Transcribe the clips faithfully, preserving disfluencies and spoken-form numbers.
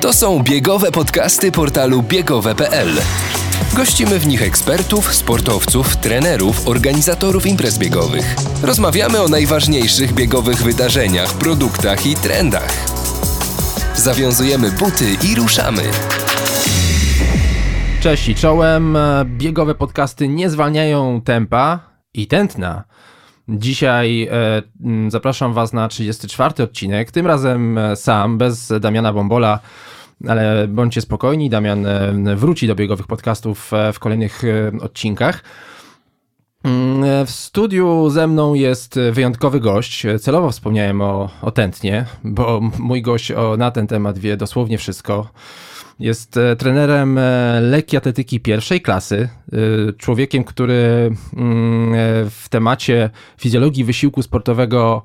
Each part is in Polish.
To są biegowe podcasty portalu biegowe kropka pe el. Gościmy w nich ekspertów, sportowców, trenerów, organizatorów imprez biegowych. Rozmawiamy o najważniejszych biegowych wydarzeniach, produktach i trendach. Zawiązujemy buty i ruszamy. Cześć i czołem. Biegowe podcasty nie zwalniają tempa i tętna. Dzisiaj e, zapraszam Was na trzydziesty czwarty odcinek, tym razem sam, bez Damiana Bąbola, ale bądźcie spokojni, Damian wróci do biegowych podcastów w kolejnych odcinkach. W studiu ze mną jest wyjątkowy gość. Celowo wspomniałem o, o tętnie, bo mój gość o, na ten temat wie dosłownie wszystko. Jest trenerem lekkiej atletyki pierwszej klasy, człowiekiem, który w temacie fizjologii wysiłku sportowego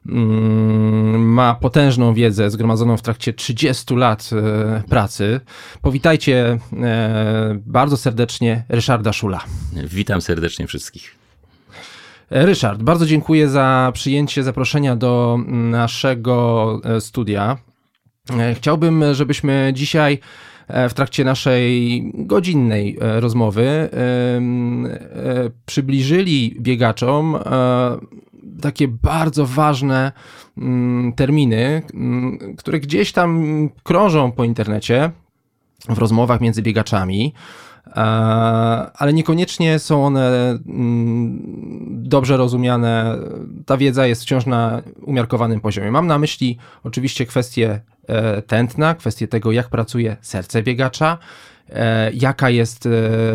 ma potężną wiedzę zgromadzoną w trakcie trzydziestu lat pracy. Powitajcie bardzo serdecznie Ryszarda Szula. Witam serdecznie wszystkich. Ryszard, bardzo dziękuję za przyjęcie zaproszenia do naszego studia. Chciałbym, żebyśmy dzisiaj w trakcie naszej godzinnej rozmowy przybliżyli biegaczom takie bardzo ważne terminy, które gdzieś tam krążą po internecie w rozmowach między biegaczami, ale niekoniecznie są one dobrze rozumiane. Ta wiedza jest wciąż na umiarkowanym poziomie. Mam na myśli oczywiście kwestię tętna, kwestię tego, jak pracuje serce biegacza, jaka jest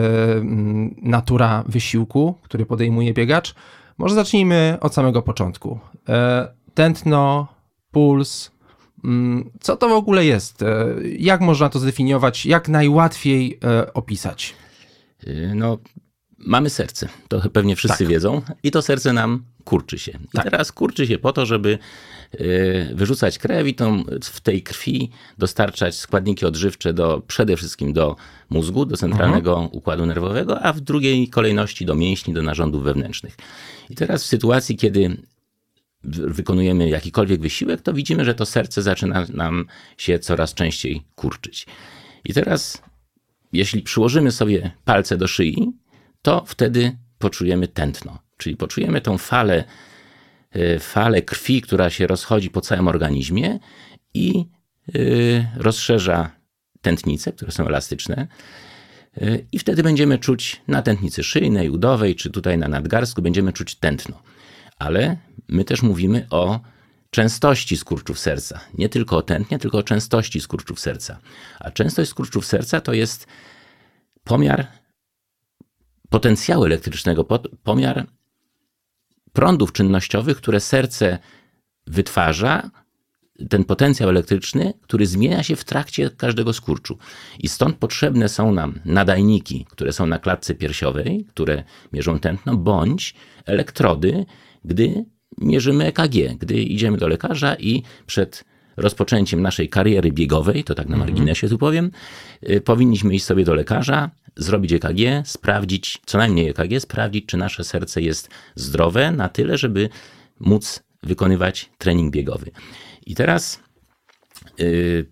natura wysiłku, który podejmuje biegacz. Może zacznijmy od samego początku. Tętno, puls, co to w ogóle jest? Jak można to zdefiniować? Jak najłatwiej opisać? No, mamy serce, to pewnie wszyscy tak wiedzą i to serce nam kurczy się. I tak. Teraz kurczy się po to, żeby wyrzucać krew i tą, w tej krwi dostarczać składniki odżywcze do, przede wszystkim do mózgu, do centralnego mhm. układu nerwowego, a w drugiej kolejności do mięśni, do narządów wewnętrznych. I teraz w sytuacji, kiedy wykonujemy jakikolwiek wysiłek, to widzimy, że to serce zaczyna nam się coraz częściej kurczyć. I teraz, jeśli przyłożymy sobie palce do szyi, to wtedy poczujemy tętno, czyli poczujemy tą falę, falę krwi, która się rozchodzi po całym organizmie i rozszerza tętnice, które są elastyczne. I wtedy będziemy czuć na tętnicy szyjnej, udowej, czy tutaj na nadgarstku będziemy czuć tętno. Ale my też mówimy o częstości skurczów serca. Nie tylko o tętnie, tylko o częstości skurczów serca. A częstość skurczów serca to jest pomiar potencjału elektrycznego, pomiar prądów czynnościowych, które serce wytwarza, ten potencjał elektryczny, który zmienia się w trakcie każdego skurczu. I stąd potrzebne są nam nadajniki, które są na klatce piersiowej, które mierzą tętno, bądź elektrody, gdy mierzymy E K G, gdy idziemy do lekarza i przed rozpoczęciem naszej kariery biegowej, to tak na marginesie tu powiem, powinniśmy iść sobie do lekarza, zrobić E K G, sprawdzić, co najmniej E K G, sprawdzić, czy nasze serce jest zdrowe na tyle, żeby móc wykonywać trening biegowy. I teraz yy,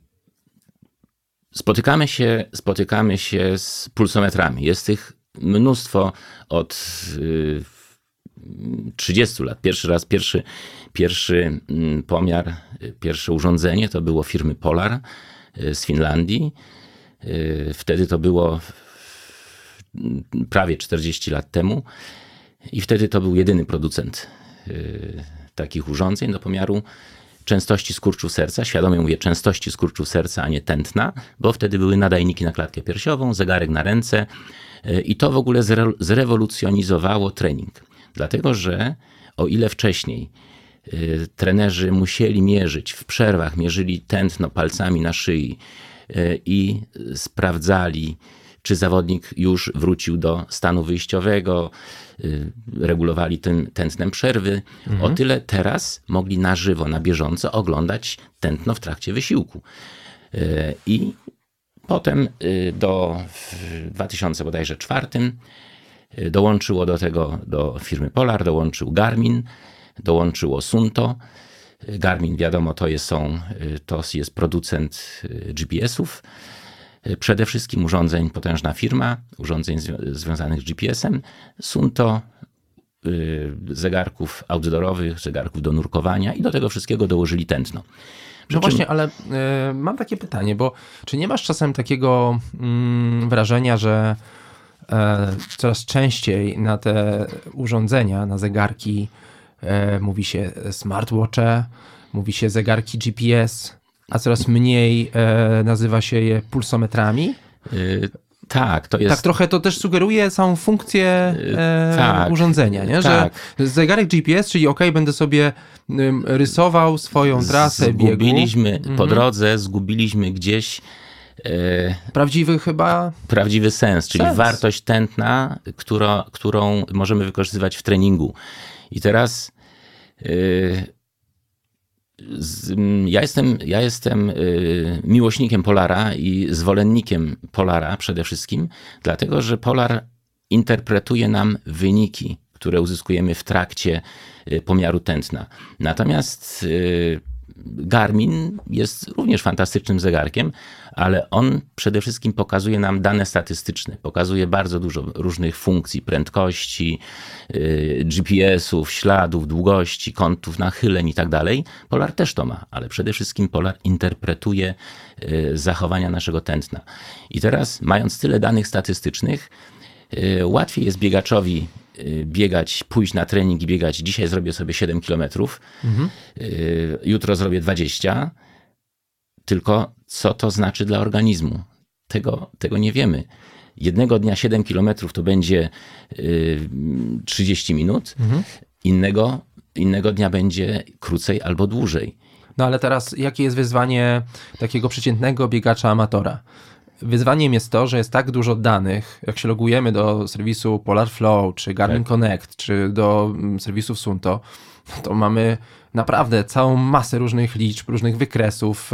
spotykamy się, spotykamy się z pulsometrami. Jest tych mnóstwo od yy, trzydziestu lat. Pierwszy raz, pierwszy, pierwszy pomiar, pierwsze urządzenie to było firmy Polar z Finlandii. Yy, wtedy to było prawie czterdzieści lat temu i wtedy to był jedyny producent yy, takich urządzeń do pomiaru częstości skurczów serca. Świadomie mówię częstości skurczów serca, a nie tętna, bo wtedy były nadajniki na klatkę piersiową, zegarek na ręce i to w ogóle zre- zrewolucjonizowało trening. Dlatego, że o ile wcześniej y, trenerzy musieli mierzyć w przerwach, mierzyli tętno palcami na szyi y, i sprawdzali, czy zawodnik już wrócił do stanu wyjściowego, y, regulowali tym tętnem przerwy. Mhm. O tyle teraz mogli na żywo, na bieżąco oglądać tętno w trakcie wysiłku. Y, I potem y, do w dwa tysiące bodajże czwartym y, dołączyło do tego, do firmy Polar, dołączył Garmin, dołączyło Suunto. Garmin, wiadomo, to jest, są, to jest producent G P S-ów. Przede wszystkim urządzeń, potężna firma, urządzeń zwi- związanych z G P S-em. Sunto, y, zegarków outdoorowych, zegarków do nurkowania i do tego wszystkiego dołożyli tętno. No właśnie, ale y, mam takie pytanie, bo czy nie masz czasem takiego mm, wrażenia, że y, coraz częściej na te urządzenia, na zegarki y, mówi się smartwatche, mówi się zegarki G P S, a coraz mniej y, nazywa się je pulsometrami? Y, tak, to jest... Tak trochę to też sugeruje samą funkcję e, tak, urządzenia, nie? tak. Że zegarek G P S, czyli ok, będę sobie ym, rysował swoją trasę biegu. Zgubiliśmy po mhm. drodze, zgubiliśmy gdzieś e, Prawdziwy chyba... prawdziwy sens, czyli Sens. wartość tętna, która, którą możemy wykorzystywać w treningu. I teraz y, z, ja jestem, ja jestem y, miłośnikiem Polara i zwolennikiem Polara przede wszystkim, dlatego że Polar interpretuje nam wyniki, które uzyskujemy w trakcie y, pomiaru tętna. Natomiast y, Garmin jest również fantastycznym zegarkiem, ale on przede wszystkim pokazuje nam dane statystyczne. Pokazuje bardzo dużo różnych funkcji, prędkości, G P S-ów, śladów, długości, kątów nachyleń i tak dalej. Polar też to ma, ale przede wszystkim Polar interpretuje zachowania naszego tętna. I teraz, mając tyle danych statystycznych, łatwiej jest biegaczowi biegać, pójść na trening i biegać. Dzisiaj zrobię sobie siedem kilometrów, mhm. jutro zrobię dwadzieścia. Tylko co to znaczy dla organizmu? Tego, tego nie wiemy. Jednego dnia siedem kilometrów to będzie trzydzieści minut, mhm. innego, innego dnia będzie krócej albo dłużej. No ale teraz jakie jest wyzwanie takiego przeciętnego biegacza amatora? Wyzwaniem jest to, że jest tak dużo danych, jak się logujemy do serwisu Polarflow, czy Garmin tak. Connect, czy do serwisów Sunto, to mamy naprawdę całą masę różnych liczb, różnych wykresów.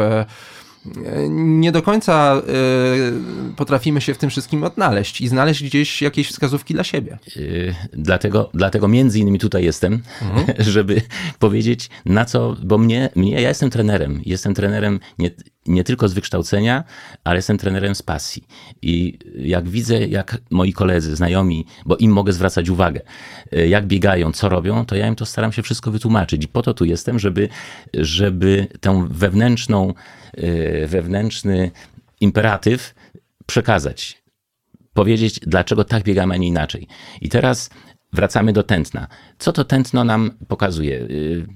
Nie do końca potrafimy się w tym wszystkim odnaleźć i znaleźć gdzieś jakieś wskazówki dla siebie. Yy, dlatego, dlatego między innymi tutaj jestem, mhm. żeby powiedzieć na co, bo mnie, mnie, ja jestem trenerem, jestem trenerem nie, nie tylko z wykształcenia, ale jestem trenerem z pasji. I jak widzę, jak moi koledzy, znajomi, bo im mogę zwracać uwagę, jak biegają, co robią, to ja im to staram się wszystko wytłumaczyć. I po to tu jestem, żeby, żeby tę wewnętrzną, wewnętrzny imperatyw przekazać. Powiedzieć, dlaczego tak biegamy, a nie inaczej. I teraz wracamy do tętna. Co to tętno nam pokazuje?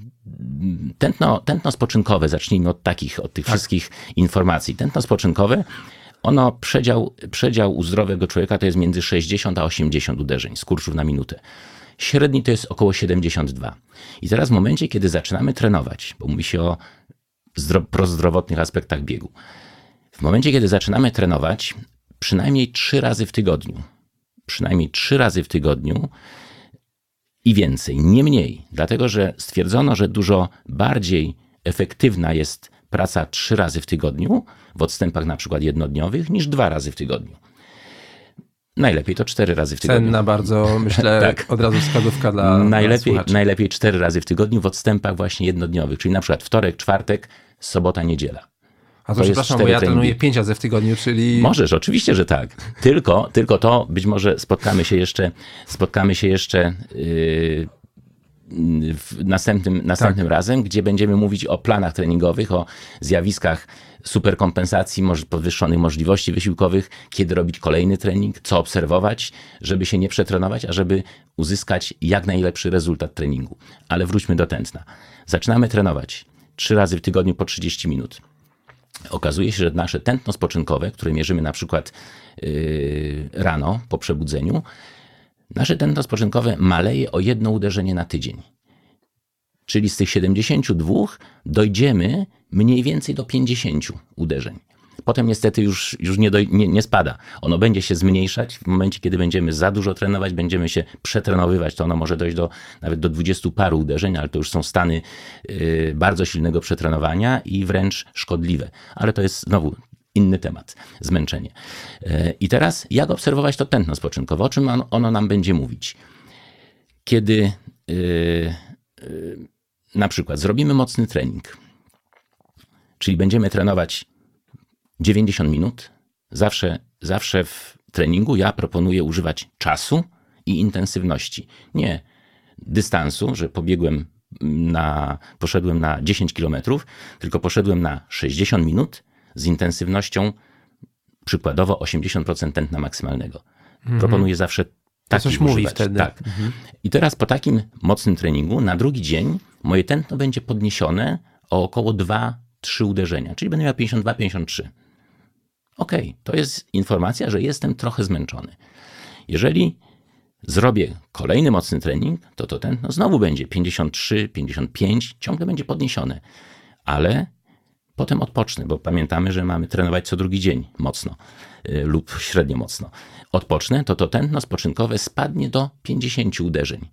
Tętno, tętno spoczynkowe, zacznijmy od takich, od tych tak. wszystkich informacji. Tętno spoczynkowe, ono przedział, przedział u zdrowego człowieka to jest między sześćdziesiąt a osiemdziesiąt uderzeń z kurszów na minutę. Średni to jest około siedemdziesiąt dwa. I teraz w momencie, kiedy zaczynamy trenować, bo mówi się o zdro, prozdrowotnych aspektach biegu. W momencie, kiedy zaczynamy trenować, przynajmniej trzy razy w tygodniu, przynajmniej trzy razy w tygodniu i więcej, nie mniej, dlatego że stwierdzono, że dużo bardziej efektywna jest praca trzy razy w tygodniu, w odstępach na przykład jednodniowych, niż dwa razy w tygodniu. Najlepiej to cztery razy w tygodniu. Cenna bardzo, myślę, tak. Od razu wskazówka dla, najlepiej, dla najlepiej cztery razy w tygodniu w odstępach właśnie jednodniowych, czyli na przykład wtorek, czwartek, sobota, niedziela. A to, to przepraszam, bo ja treningi. trenuję pięć razy w tygodniu, czyli... Możesz, oczywiście, że tak. Tylko, tylko to być może spotkamy się jeszcze, spotkamy się jeszcze yy, w następnym, następnym tak. razem, gdzie będziemy mówić o planach treningowych, o zjawiskach superkompensacji, podwyższonych możliwości wysiłkowych, kiedy robić kolejny trening, co obserwować, żeby się nie przetrenować, a żeby uzyskać jak najlepszy rezultat treningu. Ale wróćmy do tętna. Zaczynamy trenować trzy razy w tygodniu po trzydzieści minut. Okazuje się, że nasze tętno spoczynkowe, które mierzymy na przykład yy, rano po przebudzeniu, nasze tętno spoczynkowe maleje o jedno uderzenie na tydzień. Czyli z tych siedemdziesięciu dwóch dojdziemy mniej więcej do pięćdziesięciu uderzeń. Potem niestety już, już nie, doj, nie, nie spada. Ono będzie się zmniejszać. W momencie, kiedy będziemy za dużo trenować, będziemy się przetrenowywać, to ono może dojść do nawet do dwudziestu paru uderzeń, ale to już są stany yy, bardzo silnego przetrenowania i wręcz szkodliwe. Ale to jest znowu inny temat, zmęczenie. Yy, I teraz jak obserwować to tętno spoczynkowe? O czym on, ono nam będzie mówić? Kiedy yy, yy, na przykład zrobimy mocny trening, czyli będziemy trenować dziewięćdziesiąt minut, zawsze, zawsze w treningu ja proponuję używać czasu i intensywności. Nie dystansu, że pobiegłem na, poszedłem na dziesięć kilometrów, tylko poszedłem na sześćdziesiąt minut z intensywnością przykładowo osiemdziesiąt procent tętna maksymalnego. Mhm. Proponuję zawsze tak coś używać. Mówi wtedy. Tak. Mhm. I teraz po takim mocnym treningu na drugi dzień moje tętno będzie podniesione o około dwa trzy uderzenia, czyli będę miał pięćdziesiąt dwa pięćdziesiąt trzy. Okej, okay, to jest informacja, że jestem trochę zmęczony. Jeżeli zrobię kolejny mocny trening, to to tętno znowu będzie pięćdziesiąt trzy, pięćdziesiąt pięć, ciągle będzie podniesione. Ale potem odpocznę, bo pamiętamy, że mamy trenować co drugi dzień mocno yy, lub średnio mocno. Odpocznę, to to tętno spoczynkowe spadnie do pięćdziesięciu uderzeń.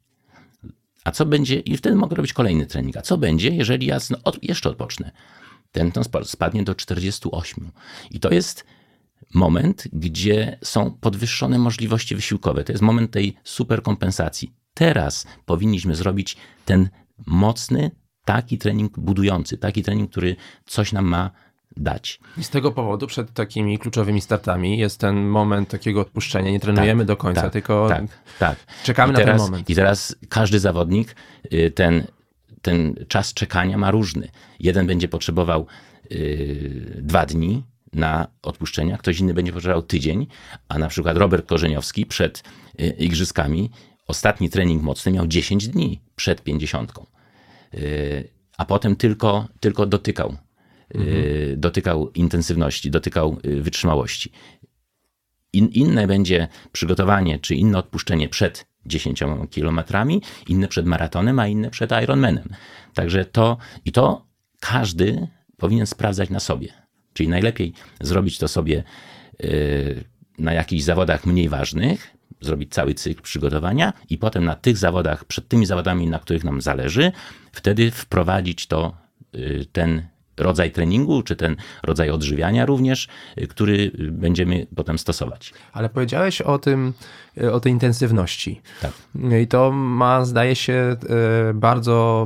A co będzie, i wtedy mogę robić kolejny trening. A co będzie, jeżeli ja od, jeszcze odpocznę? Tętno spadnie do czterdziestu ośmiu. I to jest moment, gdzie są podwyższone możliwości wysiłkowe. To jest moment tej superkompensacji. Teraz powinniśmy zrobić ten mocny, taki trening budujący, taki trening, który coś nam ma dać. I z tego powodu przed takimi kluczowymi startami jest ten moment takiego odpuszczenia. Nie trenujemy tak, do końca, tak, tylko tak, tak. czekamy I na teraz, ten moment. I teraz każdy zawodnik ten, ten czas czekania ma różny. Jeden będzie potrzebował yy, dwa dni na odpuszczenia, ktoś inny będzie potrzebował tydzień, a na przykład Robert Korzeniowski przed yy, igrzyskami ostatni trening mocny miał dziesięć dni przed pięćdziesiątką. Yy, a potem tylko, tylko dotykał. Mhm. dotykał intensywności, dotykał wytrzymałości. In, inne będzie przygotowanie, czy inne odpuszczenie przed dziesięcioma kilometrami, inne przed maratonem, a inne przed Ironmanem. Także to i to każdy powinien sprawdzać na sobie. Czyli najlepiej zrobić to sobie yy, na jakichś zawodach mniej ważnych, zrobić cały cykl przygotowania i potem na tych zawodach, przed tymi zawodami, na których nam zależy, wtedy wprowadzić to, yy, ten rodzaj treningu, czy ten rodzaj odżywiania również, który będziemy potem stosować. Ale powiedziałeś o tym, o tej intensywności. Tak. I to ma, zdaje się, bardzo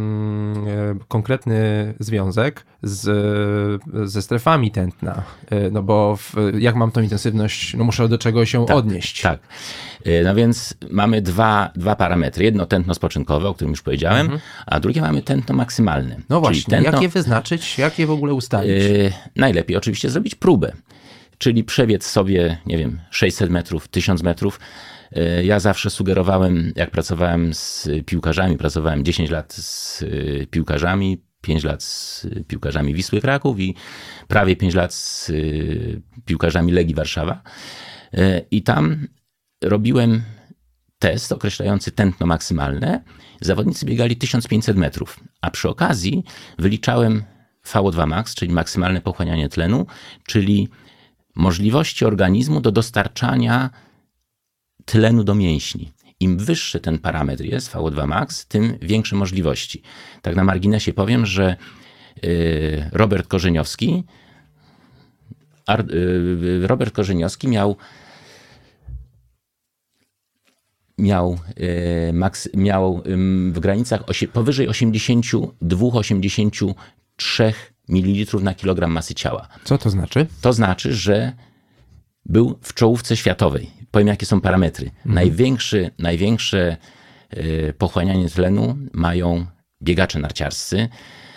konkretny związek z, ze strefami tętna. No bo w, jak mam tą intensywność, no muszę do czegoś się tak, odnieść. Tak. No więc mamy dwa, dwa parametry. Jedno tętno spoczynkowe, o którym już powiedziałem, mhm. a drugie mamy tętno maksymalne. No właśnie, tętno, jak je wyznaczyć, jak je w ogóle ustalić? Yy, najlepiej oczywiście zrobić próbę. Czyli przebiec sobie, nie wiem, sześćset metrów, tysiąc metrów. Yy, ja zawsze sugerowałem, jak pracowałem z piłkarzami, pracowałem dziesięć lat z piłkarzami, pięć lat z piłkarzami Wisły Kraków i prawie pięć lat z piłkarzami Legii Warszawa. Yy, I tam robiłem test określający tętno maksymalne. Zawodnicy biegali tysiąc pięćset metrów, a przy okazji wyliczałem V O dwa max, czyli maksymalne pochłanianie tlenu, czyli możliwości organizmu do dostarczania tlenu do mięśni. Im wyższy ten parametr jest, V O dwa max, tym większe możliwości. Tak na marginesie powiem, że Robert Korzeniowski, Robert Korzeniowski miał Miał, maks, miał w granicach osie, powyżej osiemdziesiąt dwa osiemdziesiąt trzy mililitrów na kilogram masy ciała. Co to znaczy? To znaczy, że był w czołówce światowej. Powiem, jakie są parametry. Mhm. Największy, największe pochłanianie tlenu mają biegacze narciarscy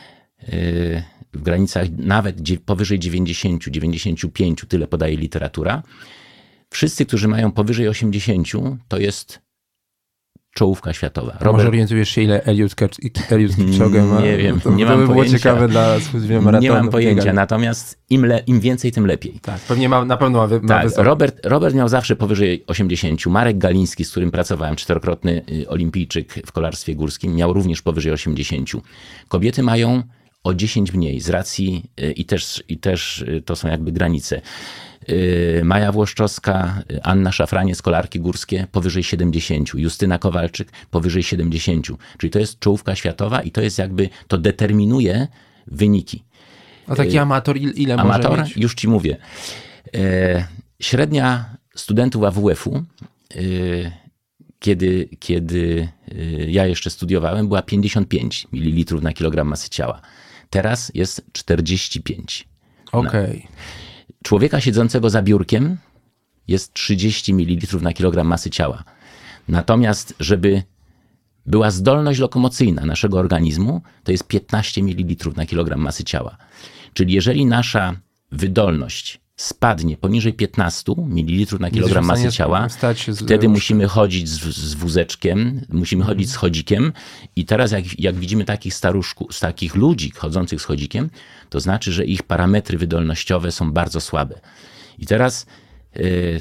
w granicach nawet powyżej dziewięćdziesiąt dziewięćdziesiąt pięć, tyle podaje literatura. Wszyscy, którzy mają powyżej osiemdziesiąt, to jest czołówka światowa. Robert... Może orientujesz się, ile Eliud Kipchoge ma? Nie wiem, to, nie to mam by było pojęcia. ciekawe dla maratonu. Nie mam pojęcia, biegania. Natomiast im, le, im więcej, tym lepiej. Tak, pewnie ma, na pewno ma, wy, ma tak, wysoko. Robert, Robert miał zawsze powyżej osiemdziesiąt. Marek Galiński, z którym pracowałem, czterokrotny olimpijczyk w kolarstwie górskim, miał również powyżej osiemdziesiąt. Kobiety mają o dziesięć mniej z racji i też, i też to są jakby granice. Maja Włoszczowska, Anna Szafraniec, kolarki górskie powyżej siedemdziesiąt, Justyna Kowalczyk powyżej siedemdziesiąt, czyli to jest czołówka światowa i to jest jakby, to determinuje wyniki. A taki amator ile amator, może mieć? Już ci mówię. Średnia studentów A W F-u, kiedy, kiedy ja jeszcze studiowałem, była pięćdziesiąt pięć mililitrów na kilogram masy ciała. Teraz jest czterdzieści pięć. Okej. Okay. Człowieka siedzącego za biurkiem jest trzydzieści mililitrów na kilogram masy ciała. Natomiast, żeby była zdolność lokomocyjna naszego organizmu, to jest piętnaście mililitrów na kilogram masy ciała. Czyli jeżeli nasza wydolność spadnie poniżej piętnaście mililitrów na kilogram masy ciała, wtedy musimy chodzić z, z wózeczkiem, musimy chodzić z chodzikiem i teraz jak, jak widzimy takich staruszków, z takich ludzi chodzących z chodzikiem, to znaczy, że ich parametry wydolnościowe są bardzo słabe. I teraz yy,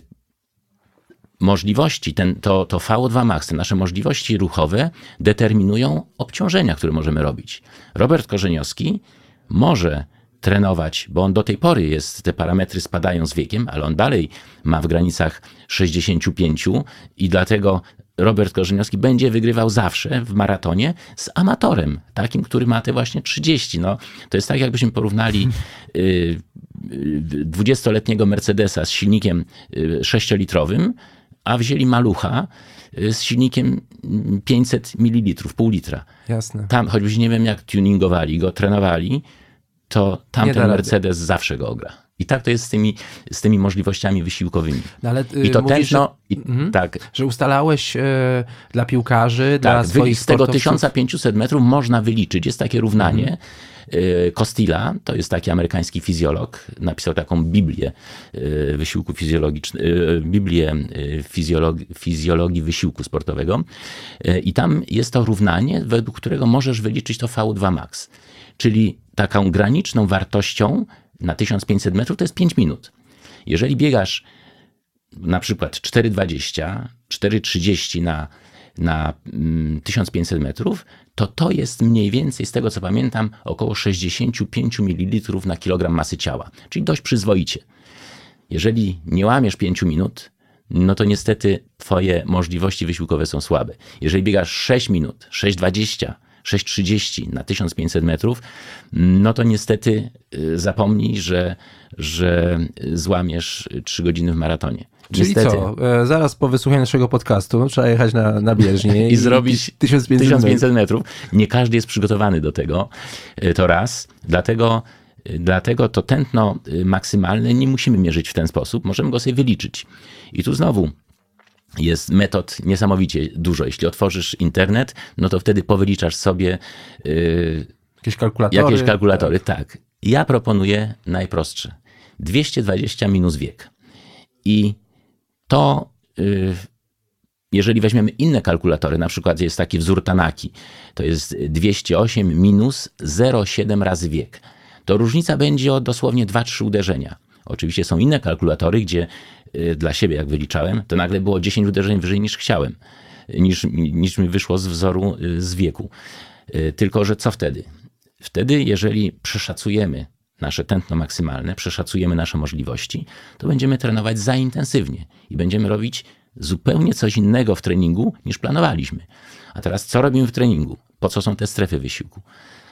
możliwości, ten, to, to V O dwa max, te nasze możliwości ruchowe determinują obciążenia, które możemy robić. Robert Korzeniowski może trenować, bo on do tej pory jest, te parametry spadają z wiekiem, ale on dalej ma w granicach sześćdziesiąt pięć i dlatego Robert Korzeniowski będzie wygrywał zawsze w maratonie z amatorem, takim, który ma te właśnie trzydzieści. No, to jest tak, jakbyśmy porównali dwudziestoletniego Mercedesa z silnikiem sześciolitrowym, a wzięli malucha z silnikiem pięćset mililitrów, pół litra. Jasne. Tam, choćbyś nie wiem jak tuningowali go, trenowali, to tamten Mercedes rady. Zawsze go ogra. I tak to jest z tymi, z tymi możliwościami wysiłkowymi. No ale, I to mówisz, tętno... Że, i, mm, tak. że ustalałeś y, dla piłkarzy, tak, dla swoich z tego sportowców... tysiąc pięćset metrów można wyliczyć. Jest takie równanie. Mm. Costilla, to jest taki amerykański fizjolog, napisał taką Biblię wysiłku fizjologicznego, Biblię fizjologii, fizjologii wysiłku sportowego. I tam jest to równanie, według którego możesz wyliczyć to V O dwa max. Czyli taką graniczną wartością na tysiąc pięćset metrów to jest pięć minut. Jeżeli biegasz na przykład cztery dwadzieścia, cztery trzydzieści na, na tysiąc pięćset metrów, to to jest mniej więcej, z tego co pamiętam, około sześćdziesiąt pięć mililitrów na kilogram masy ciała. Czyli dość przyzwoicie. Jeżeli nie łamiesz pięć minut, no to niestety twoje możliwości wysiłkowe są słabe. Jeżeli biegasz sześć minut, sześć dwadzieścia, sześć trzydzieści na tysiąc pięćset metrów, no to niestety zapomnij, że, że złamiesz trzy godziny w maratonie. Czyli niestety. Co? Zaraz po wysłuchaniu naszego podcastu trzeba jechać na, na bieżnię i, i zrobić tysiąc pięćset metrów. Nie każdy jest przygotowany do tego, to raz. Dlatego, dlatego to tętno maksymalne nie musimy mierzyć w ten sposób. Możemy go sobie wyliczyć. I tu znowu jest metod niesamowicie dużo. Jeśli otworzysz internet, no to wtedy powyliczasz sobie yy, jakieś kalkulatory. Jakieś kalkulatory, tak. tak. Ja proponuję najprostsze. dwieście dwadzieścia minus wiek. I to, yy, jeżeli weźmiemy inne kalkulatory, na przykład jest taki wzór Tanaki, to jest dwieście osiem minus zero przecinek siedem razy wiek. To różnica będzie o dosłownie dwa trzy uderzenia. Oczywiście są inne kalkulatory, gdzie dla siebie, jak wyliczałem, to nagle było dziesięć uderzeń wyżej niż chciałem, niż, niż mi wyszło z wzoru z wieku. Tylko że co wtedy? Wtedy, jeżeli przeszacujemy nasze tętno maksymalne, przeszacujemy nasze możliwości, to będziemy trenować za intensywnie i będziemy robić zupełnie coś innego w treningu, niż planowaliśmy. A teraz co robimy w treningu? Po co są te strefy wysiłku?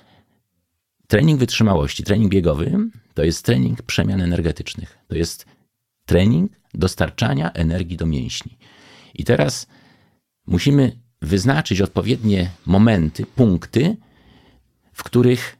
Trening wytrzymałości, trening biegowy to jest trening przemian energetycznych. To jest trening dostarczania energii do mięśni. I teraz musimy wyznaczyć odpowiednie momenty, punkty, w których,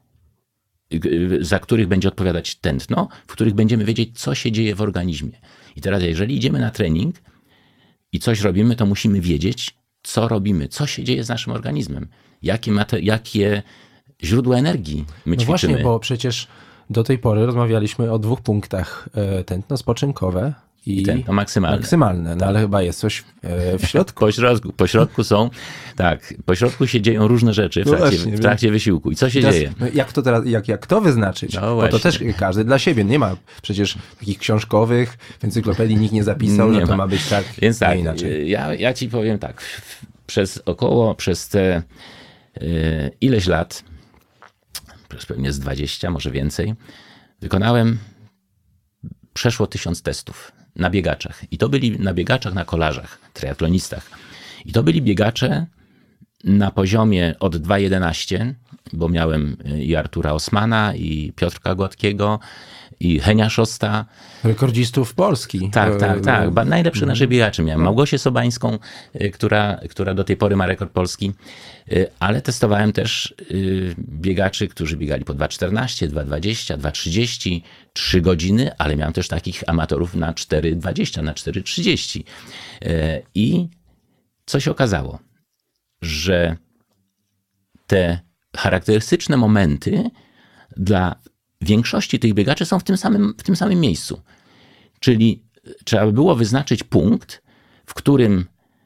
za których będzie odpowiadać tętno, w których będziemy wiedzieć, co się dzieje w organizmie. I teraz jeżeli idziemy na trening i coś robimy, to musimy wiedzieć, co robimy, co się dzieje z naszym organizmem, jakie, mate- jakie źródła energii my no ćwiczymy. Właśnie, bo przecież do tej pory rozmawialiśmy o dwóch punktach. Tętno spoczynkowe i, I tętno maksymalne. maksymalne. No tak. Ale chyba jest coś w środku. Po środku, po środku są, tak, po środku się dzieją różne rzeczy w trakcie, no właśnie, w trakcie wysiłku. I co się teraz, dzieje? Jak to teraz, jak, jak to wyznaczyć? No bo to też każdy dla siebie. Nie ma przecież takich książkowych, w encyklopedii nikt nie zapisał, nie że to ma. ma być tak, Więc tak, inaczej. Ja, ja ci powiem tak, przez około, przez te y, ileś lat, przez pewnie z dwadzieścia, może więcej, wykonałem przeszło tysiąc testów na biegaczach. I to byli na biegaczach, na kolarzach, triatlonistach. I to byli biegacze na poziomie od dwa przecinek jedenaście, bo miałem i Artura Osmana, i Piotrka Gładkiego, i Henia Szosta. Rekordzistów Polski. Tak, tak, tak. Ba- najlepsze nasze biegacze miałem. Małgosię Sobańską, która, która do tej pory ma rekord Polski, ale testowałem też biegaczy, którzy biegali po dwa czternaście, dwa dwadzieścia, dwa trzydzieści, trzy godziny, ale miałem też takich amatorów na cztery dwadzieścia, na cztery trzydzieści. I co się okazało? Że te charakterystyczne momenty dla większości tych biegaczy są w tym samym, w tym samym miejscu. Czyli trzeba by było wyznaczyć punkt, w którym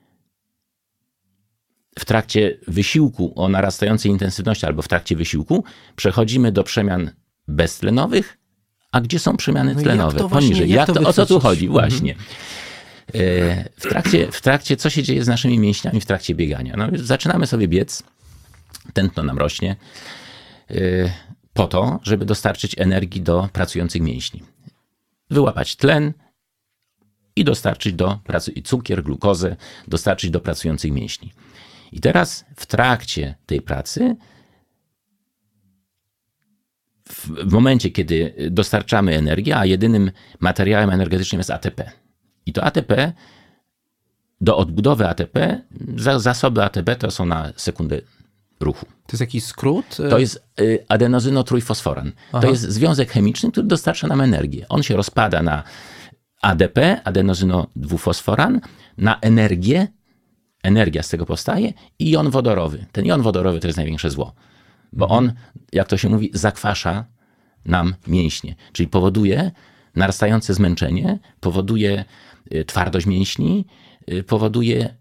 w trakcie wysiłku o narastającej intensywności albo w trakcie wysiłku przechodzimy do przemian beztlenowych, a gdzie są przemiany no tlenowe? Jak właśnie, poniżej. Jak jak to to, o co tu chodzi? Mhm. Właśnie. W trakcie, w trakcie, co się dzieje z naszymi mięśniami w trakcie biegania? No, zaczynamy sobie biec, tętno nam rośnie, po to, żeby dostarczyć energii do pracujących mięśni. Wyłapać tlen i dostarczyć do pracy, i cukier, glukozę, dostarczyć do pracujących mięśni. I teraz w trakcie tej pracy, w, w momencie, kiedy dostarczamy energię, a jedynym materiałem energetycznym jest A T P. I to A T P, do odbudowy A T P, zasoby A T P to są na sekundę ruchu. To jest jakiś skrót? To jest adenozynotrójfosforan. To jest związek chemiczny, który dostarcza nam energię. On się rozpada na A D P, adenozynodwufosforan, na energię, energia z tego powstaje, i jon wodorowy. Ten jon wodorowy to jest największe zło, bo on, jak to się mówi, zakwasza nam mięśnie, czyli powoduje narastające zmęczenie, powoduje twardość mięśni, powoduje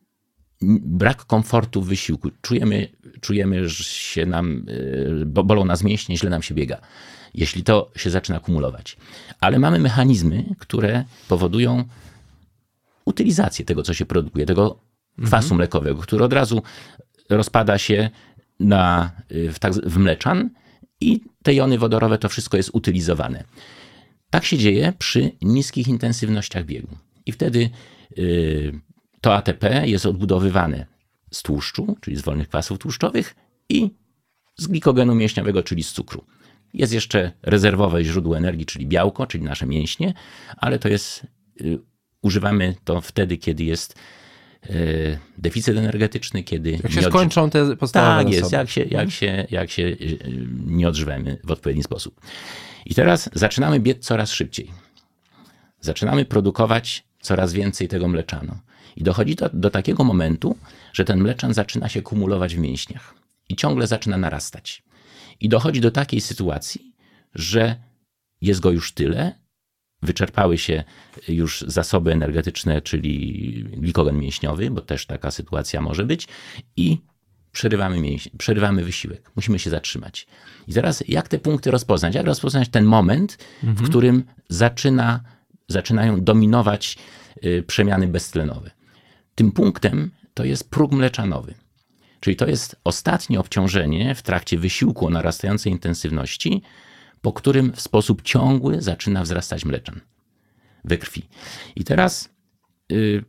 brak komfortu w wysiłku. Czujemy, czujemy, że się nam, bolą nas mięśnie, źle nam się biega, jeśli to się zaczyna kumulować. Ale mamy mechanizmy, które powodują utylizację tego, co się produkuje, tego kwasu mhm. mlekowego, który od razu rozpada się na, w, tak, w mleczan i te jony wodorowe, to wszystko jest utylizowane. Tak się dzieje przy niskich intensywnościach biegu. I wtedy yy, to A T P jest odbudowywane z tłuszczu, czyli z wolnych kwasów tłuszczowych, i z glikogenu mięśniowego, czyli z cukru. Jest jeszcze rezerwowe źródło energii, czyli białko, czyli nasze mięśnie, ale to jest, y, używamy to wtedy, kiedy jest y, deficyt energetyczny, kiedy... Jak się skończą te podstawowe Tak jest, jak się, jak, się, jak się y, nie odżywamy w odpowiedni sposób. I teraz zaczynamy biec coraz szybciej. Zaczynamy produkować coraz więcej tego mleczanu. I dochodzi do, do takiego momentu, że ten mleczan zaczyna się kumulować w mięśniach i ciągle zaczyna narastać. I dochodzi do takiej sytuacji, że jest go już tyle, wyczerpały się już zasoby energetyczne, czyli glikogen mięśniowy, bo też taka sytuacja może być, i przerywamy, mięśnie, przerywamy wysiłek. Musimy się zatrzymać. I teraz jak te punkty rozpoznać? Jak rozpoznać ten moment, mhm. w którym zaczyna, zaczynają dominować y, przemiany beztlenowe? Tym punktem to jest próg mleczanowy. Czyli to jest ostatnie obciążenie w trakcie wysiłku o narastającej intensywności, po którym w sposób ciągły zaczyna wzrastać mleczan we krwi. I teraz yy,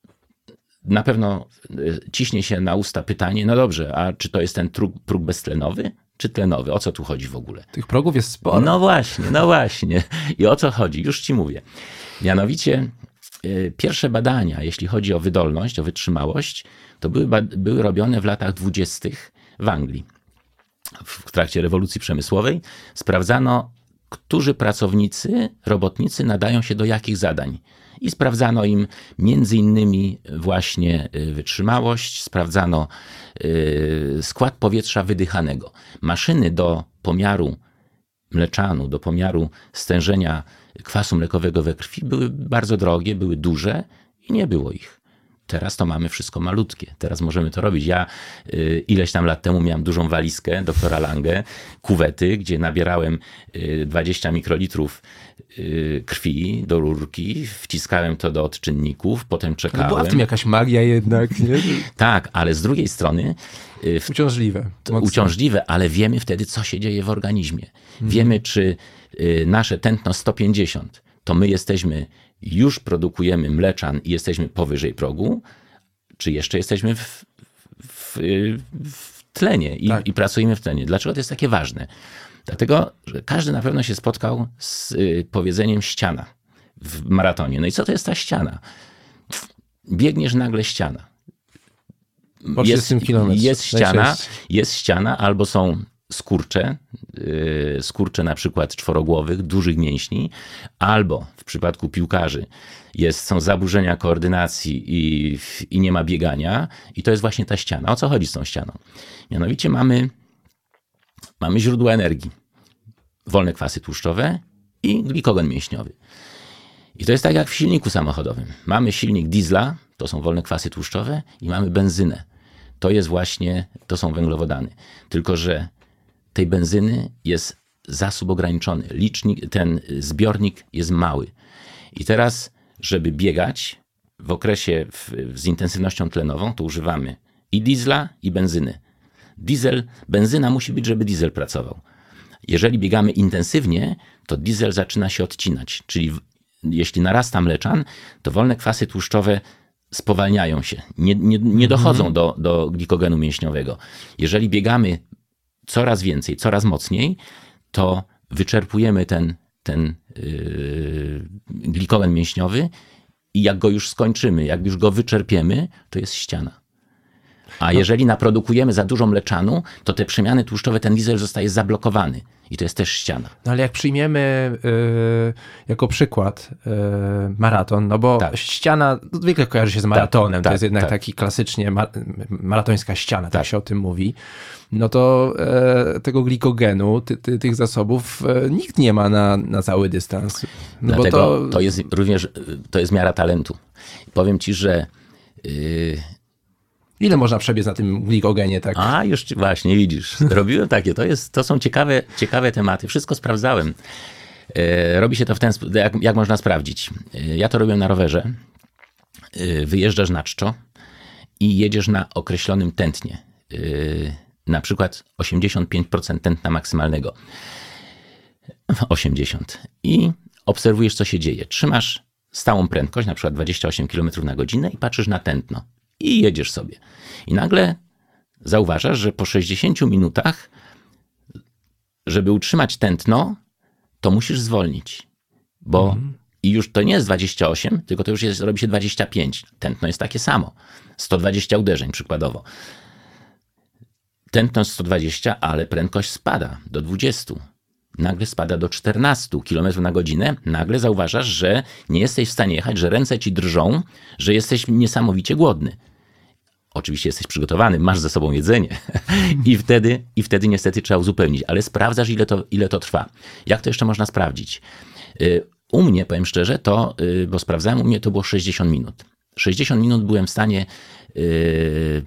na pewno ciśnie się na usta pytanie, no dobrze, a czy to jest ten próg, próg beztlenowy, czy tlenowy? O co tu chodzi w ogóle? Tych progów jest sporo. No właśnie, no właśnie. I o co chodzi? Już ci mówię. Mianowicie yy, pierwsze badania, jeśli chodzi o wydolność, o wytrzymałość, to były, były robione w latach dwudziestych w Anglii. W trakcie rewolucji przemysłowej sprawdzano, którzy pracownicy, robotnicy nadają się do jakich zadań. I sprawdzano im między innymi właśnie wytrzymałość, sprawdzano skład powietrza wydychanego. Maszyny do pomiaru mleczanu, do pomiaru stężenia kwasu mlekowego we krwi były bardzo drogie, były duże i nie było ich. Teraz to mamy wszystko malutkie. Teraz możemy to robić. Ja y, ileś tam lat temu miałem dużą walizkę doktora Lange, kuwety, gdzie nabierałem y, dwadzieścia mikrolitrów y, krwi do rurki, wciskałem to do odczynników, potem czekałem. No była w tym jakaś magia jednak, nie? Tak, ale z drugiej strony... Y, w, uciążliwe. To, uciążliwe, ale wiemy wtedy, co się dzieje w organizmie. Hmm. Wiemy, czy y, nasze tętno sto pięćdziesiąt, to my jesteśmy... już produkujemy mleczan i jesteśmy powyżej progu, czy jeszcze jesteśmy w, w, w tlenie i, tak. i pracujemy w tlenie. Dlaczego to jest takie ważne? Dlatego, że każdy na pewno się spotkał z powiedzeniem ściana w maratonie. No i co to jest ta ściana? Biegniesz nagle ściana. Po jest, kilometrze. jest ściana, jest ściana, albo są skurcze, yy, skurcze na przykład czworogłowych, dużych mięśni, albo w przypadku piłkarzy jest, są zaburzenia koordynacji i, i nie ma biegania i to jest właśnie ta ściana. O co chodzi z tą ścianą? Mianowicie mamy, mamy źródła energii, wolne kwasy tłuszczowe i glikogen mięśniowy. I to jest tak jak w silniku samochodowym. Mamy silnik diesla, to są wolne kwasy tłuszczowe i mamy benzynę. To jest właśnie, to są węglowodany. Tylko że tej benzyny jest zasób ograniczony. Licznik, ten zbiornik jest mały. I teraz, żeby biegać w okresie w, z intensywnością tlenową, to używamy i diesla, i benzyny. Diesel, benzyna musi być, żeby diesel pracował. Jeżeli biegamy intensywnie, to diesel zaczyna się odcinać. Czyli w, jeśli narasta mleczan, to wolne kwasy tłuszczowe spowalniają się. Nie, nie, nie dochodzą mm. do, do glikogenu mięśniowego. Jeżeli biegamy coraz więcej, coraz mocniej, to wyczerpujemy ten, ten yy, glikogen mięśniowy i jak go już skończymy, jak już go wyczerpiemy, to jest ściana. A no. jeżeli naprodukujemy za dużo mleczanu, to te przemiany tłuszczowe, ten diesel zostaje zablokowany i to jest też ściana. No ale jak przyjmiemy yy, jako przykład yy, maraton, no bo tak. ściana zwykle kojarzy się z maratonem, tak, to tak, jest jednak tak. taki klasycznie mar maratońska ściana, tak. tak się o tym mówi. No to e, tego glikogenu, ty, ty, tych zasobów e, nikt nie ma na, na cały dystans. No Dlatego bo to... to jest również, to jest miara talentu. Powiem ci, że... Yy... Ile można przebiec na tym glikogenie? Tak? A, już właśnie, widzisz. Robiłem takie. To, jest, to są ciekawe, ciekawe tematy. Wszystko sprawdzałem. Yy, robi się to w ten sposób, jak, jak można sprawdzić. Yy, ja to robiłem na rowerze. Yy, wyjeżdżasz na czczo i jedziesz na określonym tętnie. Yy, na przykład osiemdziesiąt pięć procent tętna maksymalnego. osiemdziesiąt. I obserwujesz, co się dzieje. Trzymasz stałą prędkość, na przykład dwadzieścia osiem kilometrów na godzinę i patrzysz na tętno. I jedziesz sobie. I nagle zauważasz, że po sześćdziesięciu minutach, żeby utrzymać tętno, to musisz zwolnić. Bo mhm. i już to nie jest dwadzieścia osiem, tylko to już jest, robi się dwadzieścia pięć. Tętno jest takie samo. sto dwadzieścia uderzeń przykładowo. Tętno sto dwadzieścia, ale prędkość spada do dwudziestu. Nagle spada do czternastu kilometrów na godzinę. Nagle zauważasz, że nie jesteś w stanie jechać, że ręce ci drżą, że jesteś niesamowicie głodny. Oczywiście jesteś przygotowany, masz ze sobą jedzenie i wtedy, i wtedy niestety trzeba uzupełnić, ale sprawdzasz, ile to, ile to trwa. Jak to jeszcze można sprawdzić? U mnie, powiem szczerze, to, bo sprawdzałem, u mnie to było sześćdziesiąt minut. sześćdziesiąt minut byłem w stanie yy,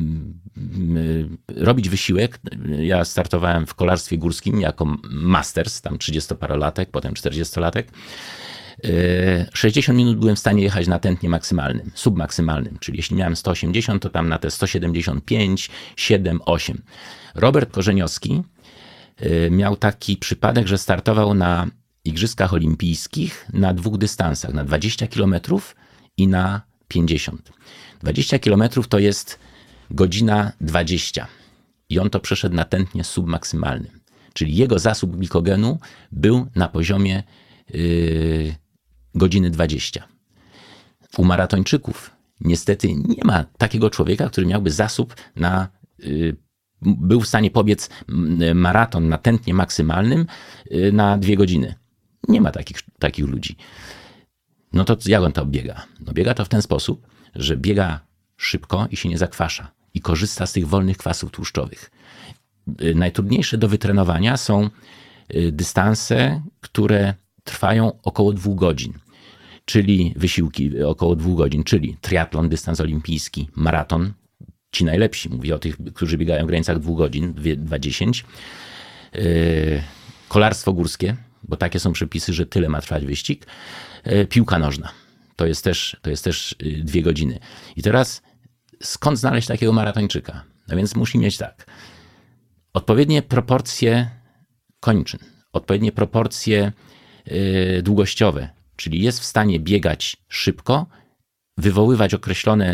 yy, robić wysiłek. Ja startowałem w kolarstwie górskim jako masters, tam trzydziestoparolatek, potem czterdziestolatek. Yy, sześćdziesiąt minut byłem w stanie jechać na tętnie maksymalnym, submaksymalnym, czyli jeśli miałem sto osiemdziesiąt, to tam na te sto siedemdziesiąt pięć, siedem, osiem. Robert Korzeniowski yy, miał taki przypadek, że startował na Igrzyskach Olimpijskich na dwóch dystansach, na dwadzieścia kilometrów i na pięćdziesiąt. dwadzieścia kilometrów to jest godzina dwadzieścia i on to przeszedł na tętnie submaksymalnym. Czyli jego zasób glikogenu był na poziomie yy, godziny dwadzieścia. U maratończyków niestety nie ma takiego człowieka, który miałby zasób na... Yy, był w stanie pobiec maraton na tętnie maksymalnym yy, na dwie godziny. Nie ma takich, takich ludzi. No to jak on to biega? No biega to w ten sposób, że biega szybko i się nie zakwasza i korzysta z tych wolnych kwasów tłuszczowych. Najtrudniejsze do wytrenowania są dystanse, które trwają około dwóch godzin, czyli wysiłki około dwóch godzin, czyli triatlon, dystans olimpijski, maraton, ci najlepsi, mówię o tych, którzy biegają w granicach dwóch godzin, dwa dziesięć, yy, kolarstwo górskie, bo takie są przepisy, że tyle ma trwać wyścig, yy, piłka nożna, to jest też, to jest też yy, dwie godziny. I teraz skąd znaleźć takiego maratończyka? No więc musi mieć tak, odpowiednie proporcje kończyn, odpowiednie proporcje yy, długościowe, czyli jest w stanie biegać szybko, wywoływać określone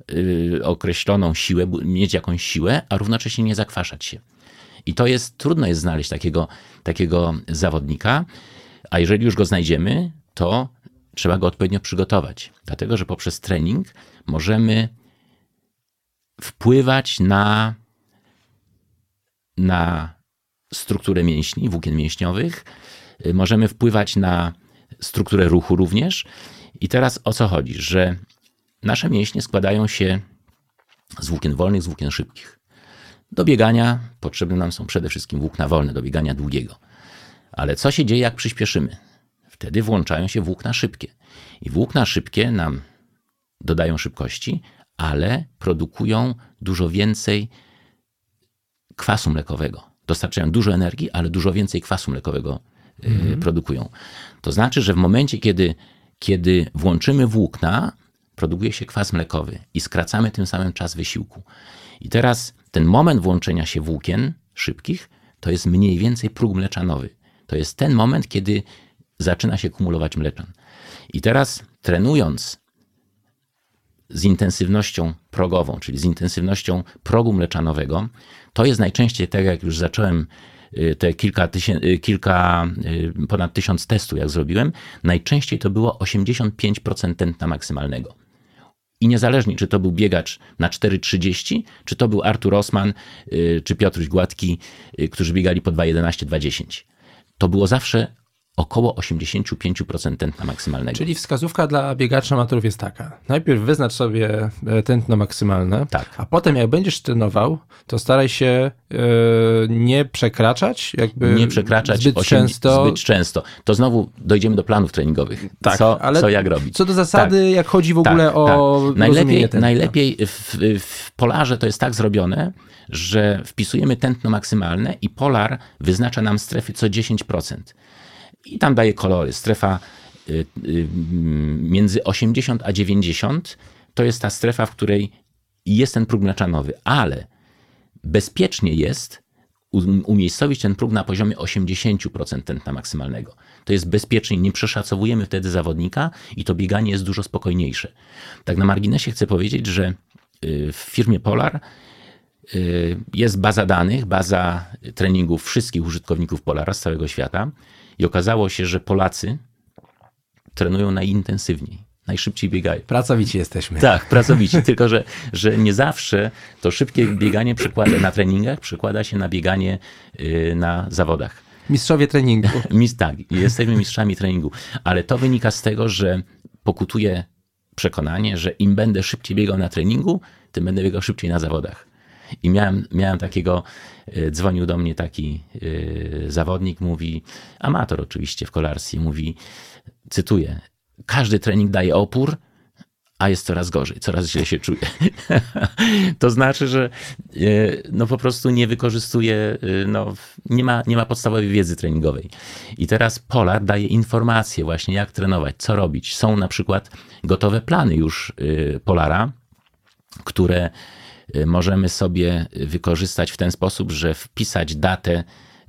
y, określoną siłę, mieć jakąś siłę, a równocześnie nie zakwaszać się. I to jest, trudno jest znaleźć takiego, takiego zawodnika, a jeżeli już go znajdziemy, to trzeba go odpowiednio przygotować. Dlatego, że poprzez trening możemy wpływać na, na strukturę mięśni, włókien mięśniowych, możemy wpływać na strukturę ruchu również. I teraz o co chodzi? Że nasze mięśnie składają się z włókien wolnych, z włókien szybkich. Do biegania potrzebne nam są przede wszystkim włókna wolne, do biegania długiego. Ale co się dzieje, jak przyspieszymy? Wtedy włączają się włókna szybkie. I włókna szybkie nam dodają szybkości, ale produkują dużo więcej kwasu mlekowego. Dostarczają dużo energii, ale dużo więcej kwasu mlekowego mm-hmm. produkują. To znaczy, że w momencie, kiedy, kiedy włączymy włókna, produkuje się kwas mlekowy i skracamy tym samym czas wysiłku. I teraz ten moment włączenia się włókien szybkich to jest mniej więcej próg mleczanowy. To jest ten moment, kiedy zaczyna się kumulować mleczan. I teraz trenując z intensywnością progową, czyli z intensywnością progu mleczanowego, to jest najczęściej, tak jak już zacząłem te kilka, tysię, kilka ponad tysiąc testów, jak zrobiłem, najczęściej to było osiemdziesiąt pięć procent tętna maksymalnego. I niezależnie, czy to był biegacz na cztery trzydzieści, czy to był Artur Osman, czy Piotruś Gładki, którzy biegali po dwa jedenaście, dwa dziesięć. To było zawsze około osiemdziesiąt pięć procent tętna maksymalnego. Czyli wskazówka dla biegaczy amatorów jest taka. Najpierw wyznacz sobie tętno maksymalne, tak. A potem jak będziesz trenował, to staraj się yy, nie przekraczać jakby nie przekraczać zbyt osiem, często. Zbyt często. To znowu dojdziemy do planów treningowych. Tak, co, ale co jak robić. Co do zasady, tak. jak chodzi w ogóle tak, o tak. Najlepiej, tętna. najlepiej w, w Polarze to jest tak zrobione, że wpisujemy tętno maksymalne i Polar wyznacza nam strefy co dziesięć procent. I tam daje kolory. Strefa y, y, między osiemdziesiąt a dziewięćdziesiąt to jest ta strefa, w której jest ten próg mleczanowy, ale bezpiecznie jest umiejscowić ten próg na poziomie osiemdziesiąt procent tętna maksymalnego. To jest bezpieczniej, nie przeszacowujemy wtedy zawodnika i to bieganie jest dużo spokojniejsze. Tak na marginesie chcę powiedzieć, że w firmie Polar jest baza danych, baza treningów wszystkich użytkowników Polara z całego świata i okazało się, że Polacy trenują najintensywniej, najszybciej biegają. Pracowici jesteśmy. Tak, pracowici, tylko że, że nie zawsze to szybkie bieganie przykłada, na treningach przekłada się na bieganie yy, na zawodach. Mistrzowie treningu. Mis, tak, jesteśmy mistrzami treningu, ale to wynika z tego, że pokutuje przekonanie, że im będę szybciej biegał na treningu, tym będę biegał szybciej na zawodach. I miałem, miałem takiego, dzwonił do mnie taki yy, zawodnik, mówi, amator oczywiście w kolarstwie, mówi, cytuję, każdy trening daje opór, a jest coraz gorzej, coraz źle się czuję. To znaczy, że yy, no po prostu nie wykorzystuje, yy, no, nie ma, nie ma podstawowej wiedzy treningowej. I teraz Polar daje informacje właśnie, jak trenować, co robić. Są na przykład gotowe plany już yy, Polara, które możemy sobie wykorzystać w ten sposób, że wpisać datę,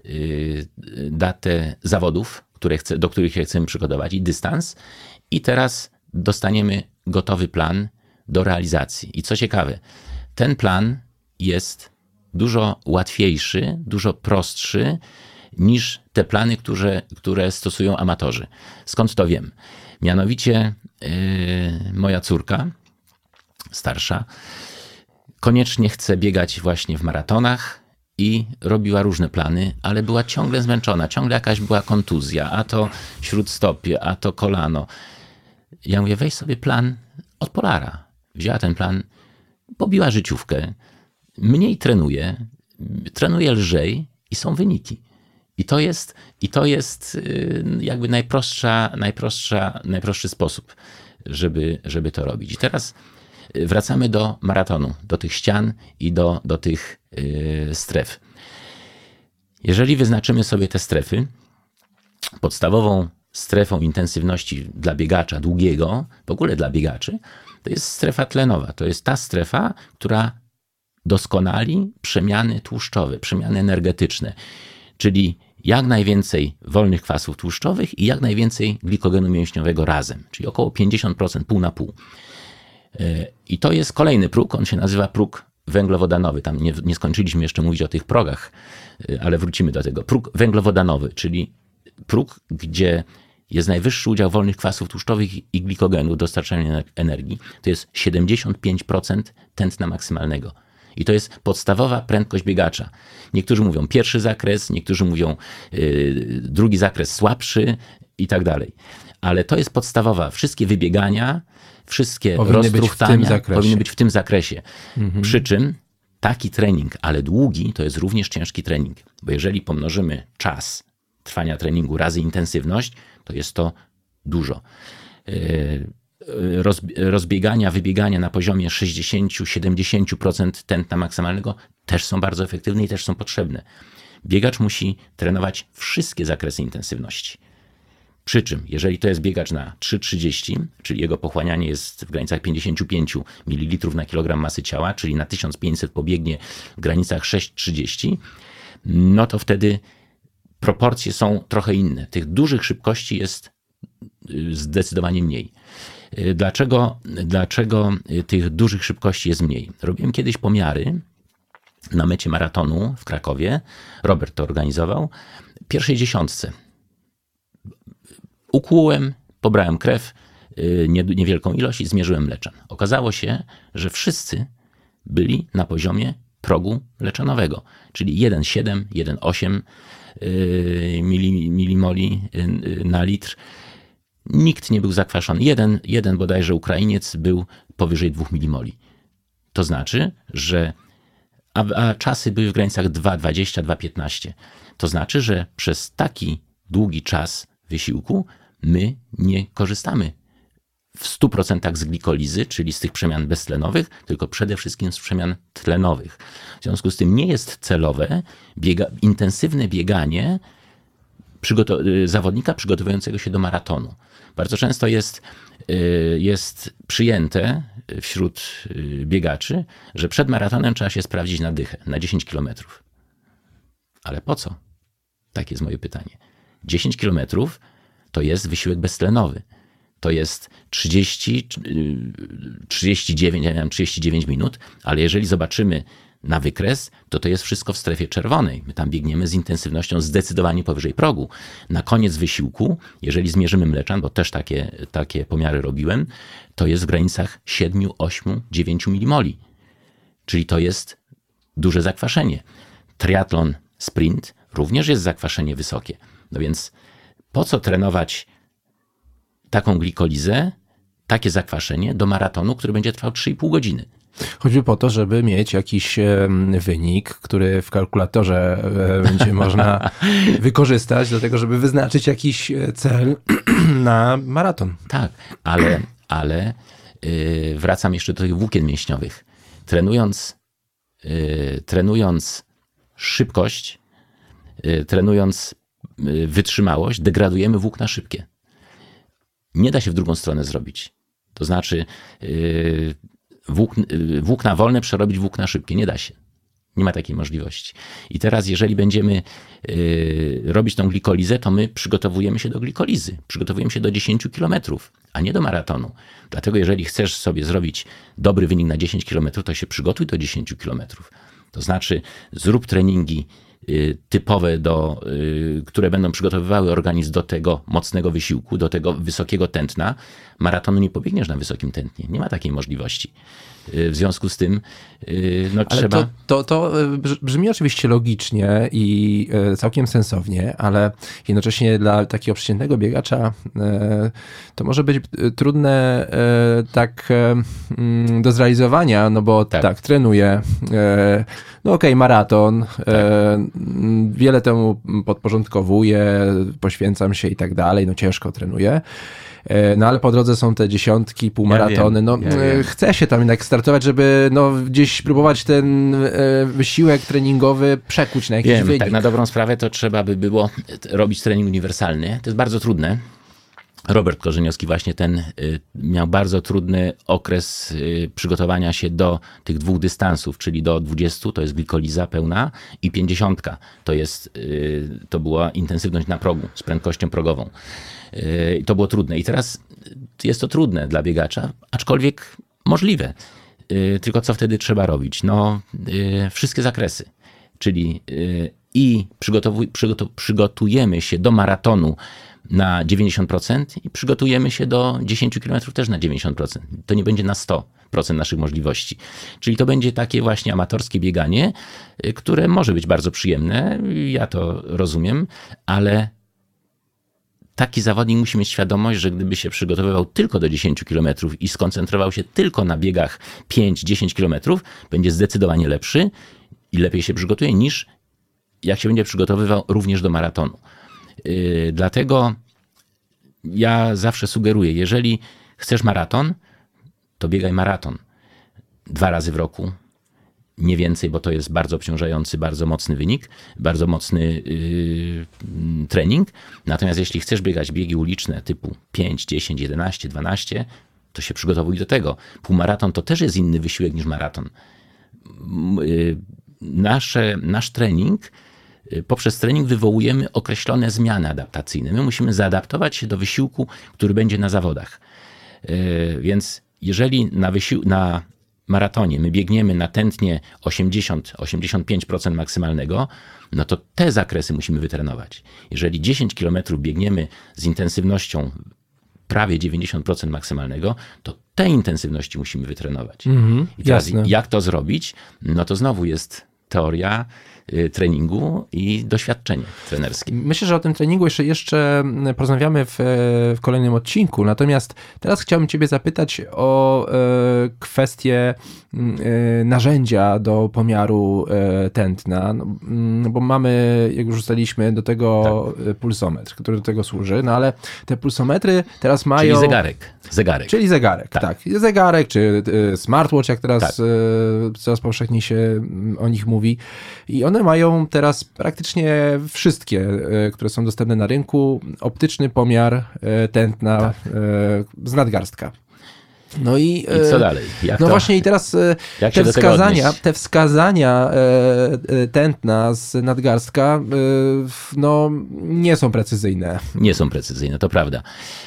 datę zawodów, które chce, do których się chcemy przygotować i dystans i teraz dostaniemy gotowy plan do realizacji. I co ciekawe, ten plan jest dużo łatwiejszy, dużo prostszy niż te plany, które, które stosują amatorzy. Skąd to wiem? Mianowicie yy, moja córka starsza koniecznie chce biegać właśnie w maratonach i robiła różne plany, ale była ciągle zmęczona, ciągle jakaś była kontuzja, a to śródstopie, a to kolano. Ja mówię, weź sobie plan od Polara. Wzięła ten plan, pobiła życiówkę, mniej trenuje, trenuje lżej i są wyniki. I to jest, i to jest jakby najprostsza, najprostsza, najprostszy sposób, żeby, żeby to robić. I teraz wracamy do maratonu, do tych ścian i do, do tych yy, stref. Jeżeli wyznaczymy sobie te strefy, podstawową strefą intensywności dla biegacza długiego, w ogóle dla biegaczy, to jest strefa tlenowa. To jest ta strefa, która doskonali przemiany tłuszczowe, przemiany energetyczne, czyli jak najwięcej wolnych kwasów tłuszczowych i jak najwięcej glikogenu mięśniowego razem, czyli około pięćdziesiąt procent, pół na pół. I to jest kolejny próg, on się nazywa próg węglowodanowy. Tam nie, nie skończyliśmy jeszcze mówić o tych progach, ale wrócimy do tego. Próg węglowodanowy, czyli próg, gdzie jest najwyższy udział wolnych kwasów tłuszczowych i glikogenu w dostarczaniu energii. To jest siedemdziesiąt pięć procent tętna maksymalnego. I to jest podstawowa prędkość biegacza. Niektórzy mówią pierwszy zakres, niektórzy mówią yy, drugi zakres słabszy i tak dalej. Ale to jest podstawowa. Wszystkie wybiegania, wszystkie powinny roztruchtania być w tym zakresie. powinny być w tym zakresie. Mhm. Przy czym taki trening, ale długi, to jest również ciężki trening. Bo jeżeli pomnożymy czas trwania treningu razy intensywność, to jest to dużo. Rozbiegania, wybiegania na poziomie sześćdziesiąt do siedemdziesięciu procent tętna maksymalnego też są bardzo efektywne i też są potrzebne. Biegacz musi trenować wszystkie zakresy intensywności. Przy czym, jeżeli to jest biegacz na trzy trzydzieści, czyli jego pochłanianie jest w granicach pięćdziesiąt pięć mililitrów na kilogram masy ciała, czyli na tysiąc pięćset pobiegnie w granicach sześć trzydzieści, no to wtedy proporcje są trochę inne. Tych dużych szybkości jest zdecydowanie mniej. Dlaczego, dlaczego tych dużych szybkości jest mniej? Robiłem kiedyś pomiary na mecie maratonu w Krakowie. Robert to organizował. W pierwszej dziesiątce ukłułem, pobrałem krew, niewielką ilość i zmierzyłem mleczan. Okazało się, że wszyscy byli na poziomie progu mleczanowego, czyli jeden przecinek siedem, jeden przecinek osiem milimoli na litr. Nikt nie był zakwaszony. Jeden, jeden bodajże Ukrainiec był powyżej dwóch milimoli. To znaczy, że a, a czasy były w granicach dwa dwadzieścia, dwa piętnaście. To znaczy, że przez taki długi czas wysiłku my nie korzystamy w stu procentach z glikolizy, czyli z tych przemian beztlenowych, tylko przede wszystkim z przemian tlenowych. W związku z tym nie jest celowe biega, intensywne bieganie przygotow- zawodnika przygotowującego się do maratonu. Bardzo często jest, jest przyjęte wśród biegaczy, że przed maratonem trzeba się sprawdzić na dychę, na dziesięć kilometrów. Ale po co? Takie jest moje pytanie. dziesięć kilometrów to jest wysiłek beztlenowy. To jest trzydzieści, trzydzieści dziewięć, ja miałem trzydzieści dziewięć minut, ale jeżeli zobaczymy na wykres, to to jest wszystko w strefie czerwonej. My tam biegniemy z intensywnością zdecydowanie powyżej progu. Na koniec wysiłku, jeżeli zmierzymy mleczan, bo też takie, takie pomiary robiłem, to jest w granicach siedem, osiem, dziewięć milimoli. Czyli to jest duże zakwaszenie. Triatlon, sprint również jest zakwaszenie wysokie. No więc po co trenować taką glikolizę, takie zakwaszenie do maratonu, który będzie trwał trzy i pół godziny? Choćby po to, żeby mieć jakiś wynik, który w kalkulatorze będzie można wykorzystać do tego, żeby wyznaczyć jakiś cel na maraton. Tak, ale, ale yy, wracam jeszcze do tych włókien mięśniowych. Trenując, yy, trenując szybkość, yy, trenując yy, wytrzymałość, degradujemy włókna szybkie. Nie da się w drugą stronę zrobić. To znaczy yy, włókna, włókna wolne przerobić w włókna szybkie. Nie da się. Nie ma takiej możliwości. I teraz jeżeli będziemy yy, robić tą glikolizę, to my przygotowujemy się do glikolizy. Przygotowujemy się do dziesięciu kilometrów, a nie do maratonu. Dlatego jeżeli chcesz sobie zrobić dobry wynik na dziesięć kilometrów, to się przygotuj do dziesięciu kilometrów. To znaczy zrób treningi typowe, do, które będą przygotowywały organizm do tego mocnego wysiłku, do tego wysokiego tętna. Maratonu nie pobiegniesz na wysokim tętnie. Nie ma takiej możliwości. W związku z tym no, ale trzeba... To, to, to brzmi oczywiście logicznie i całkiem sensownie, ale jednocześnie dla takiego przeciętnego biegacza to może być trudne tak do zrealizowania, no bo tak, tak trenuję, no okej, okay, maraton, tak. Wiele temu podporządkowuję, poświęcam się i tak dalej, no ciężko trenuję. No ale po drodze są te dziesiątki, półmaratony. Ja no ja chcę się tam jednak startować, żeby no gdzieś próbować ten wysiłek treningowy przekuć na jakiś wiem, wynik. Tak, na dobrą sprawę to trzeba by było robić trening uniwersalny. To jest bardzo trudne. Robert Korzeniowski właśnie ten miał bardzo trudny okres przygotowania się do tych dwóch dystansów, czyli do dwudziestu, to jest glikoliza pełna, i pięćdziesiątka, to jest, to była intensywność na progu, z prędkością progową. I to było trudne. I teraz jest to trudne dla biegacza, aczkolwiek Możliwe. Tylko co wtedy trzeba robić? No, wszystkie zakresy. Czyli i przygotowuj, przygotu, przygotujemy się do maratonu na dziewięćdziesiąt procent i przygotujemy się do dziesięć kilometrów też na dziewięćdziesiąt procent. To nie będzie na sto procent naszych możliwości. Czyli to będzie takie właśnie amatorskie bieganie, które może być bardzo przyjemne, ja to rozumiem, ale taki zawodnik musi mieć świadomość, że gdyby się przygotowywał tylko do dziesięć kilometrów i skoncentrował się tylko na biegach pięć do dziesięciu kilometrów, będzie zdecydowanie lepszy i lepiej się przygotuje niż jak się będzie przygotowywał również do maratonu. Yy, dlatego ja zawsze sugeruję, jeżeli chcesz maraton, to biegaj maraton. Dwa razy w roku, nie więcej, bo to jest bardzo obciążający, bardzo mocny wynik, bardzo mocny yy, trening. Natomiast jeśli chcesz biegać biegi uliczne typu pięć, dziesięć, jedenaście, dwanaście, to się przygotowuj do tego. Półmaraton to też jest inny wysiłek niż maraton. Yy, nasze, nasz trening, yy, poprzez trening wywołujemy określone zmiany adaptacyjne. My musimy zaadaptować się do wysiłku, który będzie na zawodach. Yy, więc jeżeli na, wysił- na maratonie my biegniemy na tętnie osiemdziesiąt do osiemdziesięciu pięciu procent maksymalnego, no to te zakresy musimy wytrenować. Jeżeli dziesięć kilometrów biegniemy z intensywnością prawie dziewięćdziesiąt procent maksymalnego, to te intensywności musimy wytrenować. Mm-hmm, I teraz jasne. Jak to zrobić? No to znowu jest teoria treningu i doświadczenie trenerskie. Myślę, że o tym treningu jeszcze, jeszcze porozmawiamy w, w kolejnym odcinku. Natomiast teraz chciałbym ciebie zapytać o e, kwestię e, narzędzia do pomiaru e, tętna, no, no bo mamy, jak już ustaliliśmy, do tego tak. pulsometr, który do tego służy, no ale te pulsometry teraz mają... Czyli zegarek. zegarek. Czyli zegarek, tak. tak. Zegarek, czy e, smartwatch, jak teraz tak. e, coraz powszechniej się o nich mówi. I one mają teraz praktycznie wszystkie, które są dostępne na rynku, optyczny pomiar tętna tak. z nadgarstka. No i, I co dalej? Jak no to, właśnie i teraz jak te wskazania, te wskazania tętna z nadgarstka no, nie są precyzyjne. Nie są precyzyjne, to prawda.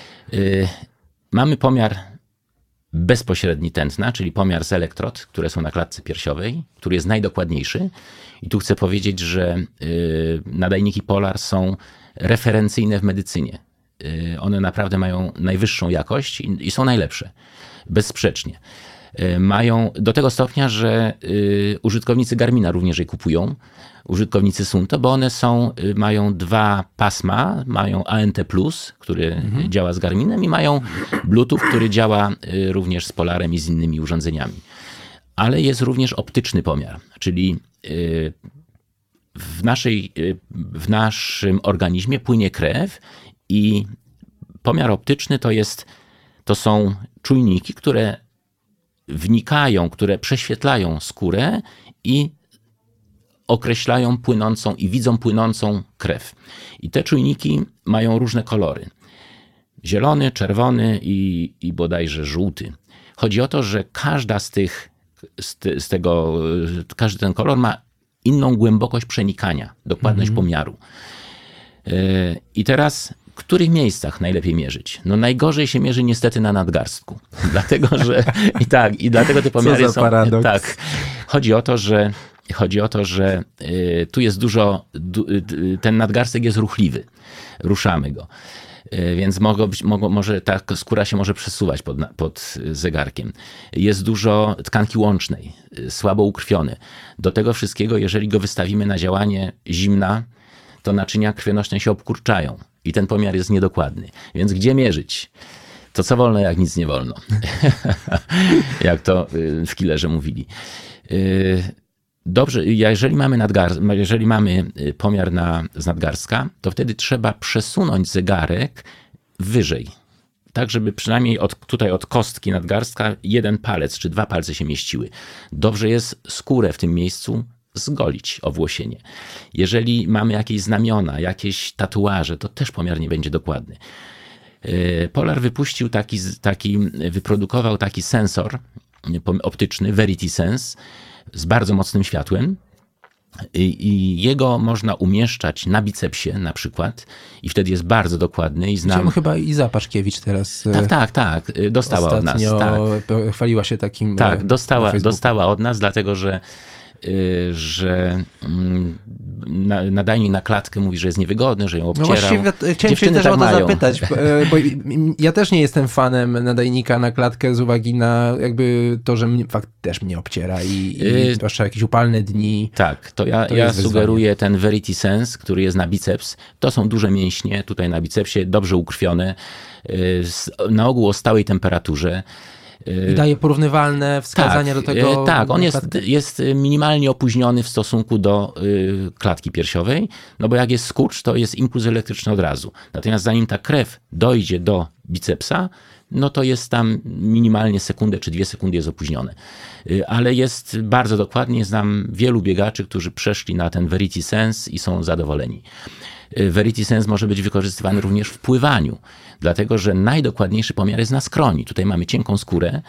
Mamy pomiar bezpośredni tętna, czyli pomiar z elektrod, które są na klatce piersiowej, który jest najdokładniejszy. I tu chcę powiedzieć, że nadajniki Polar są referencyjne w medycynie. One naprawdę mają najwyższą jakość i są najlepsze, bezsprzecznie. Mają do tego stopnia, że użytkownicy Garmina również je kupują, użytkownicy Suunto, bo one są, mają dwa pasma, mają A N T plus, który mhm. działa z Garminem i mają Bluetooth, który działa również z Polarem i z innymi urządzeniami. Ale jest również optyczny pomiar, czyli w, naszej, w naszym organizmie płynie krew i pomiar optyczny to, jest, to są czujniki, które wnikają, które prześwietlają skórę i określają płynącą i widzą płynącą krew. I te czujniki mają różne kolory. Zielony, czerwony i, i bodajże żółty. Chodzi o to, że każda z tych, z, te, z tego, każdy ten kolor ma inną głębokość przenikania, dokładność mhm. pomiaru. Yy, I teraz w których miejscach najlepiej mierzyć? No najgorzej się mierzy niestety na nadgarstku. Dlatego, że i tak, i dlatego te pomiary Co za są... paradoks. Tak. Chodzi o to, że Chodzi o to, że y, tu jest dużo, du, y, ten nadgarstek jest ruchliwy. Ruszamy go. Y, więc mogło być, mogło, może ta skóra się może przesuwać pod, pod zegarkiem. Jest dużo tkanki łącznej, y, słabo ukrwiony. Do tego wszystkiego, jeżeli go wystawimy na działanie zimna, to naczynia krwionośne się obkurczają i ten pomiar jest niedokładny. Więc gdzie mierzyć? To co wolno, jak nic nie wolno. Jak to w killerze mówili. Y, Dobrze, jeżeli mamy, nadgar- jeżeli mamy pomiar na, z nadgarstka, to wtedy trzeba przesunąć zegarek wyżej. Tak, żeby przynajmniej od, tutaj od kostki nadgarstka jeden palec czy dwa palce się mieściły. Dobrze jest skórę w tym miejscu zgolić, owłosienie. Jeżeli mamy jakieś znamiona, jakieś tatuaże, to też pomiar nie będzie dokładny. Polar wypuścił taki, taki wyprodukował taki sensor optyczny, Verity Sense, z bardzo mocnym światłem I, I jego można umieszczać na bicepsie na przykład i wtedy jest bardzo dokładny. I znam... Widziałem chyba Iza Paszkiewicz teraz. Tak, tak, tak. Dostała od nas. Tak. Chwaliła się takim. Tak, dostała, dostała od nas, dlatego że że nadajnik na klatkę mówi, że jest niewygodny, że ją obcierał. No właściwie chciałem się też tak o to mają. zapytać, bo ja też nie jestem fanem nadajnika na klatkę z uwagi na jakby to, że mnie, fakt też mnie obciera i, i zwłaszcza jakieś upalne dni. Tak, to ja, to ja sugeruję ten Verity Sense, który jest na biceps. To są duże mięśnie tutaj na bicepsie, dobrze ukrwione, na ogół o stałej temperaturze. I daje porównywalne wskazania tak, do tego. Tak, on jest, jest minimalnie opóźniony w stosunku do y, klatki piersiowej, no bo jak jest skurcz, to jest impuls elektryczny od razu. Natomiast zanim ta krew dojdzie do bicepsa, no to jest tam minimalnie sekundę czy dwie sekundy jest opóźnione. Y, ale jest bardzo dokładnie, znam wielu biegaczy, którzy przeszli na ten Verity Sense i są zadowoleni. Verity Sense może być wykorzystywany również w pływaniu, dlatego że najdokładniejszy pomiar jest na skroni. Tutaj mamy cienką skórę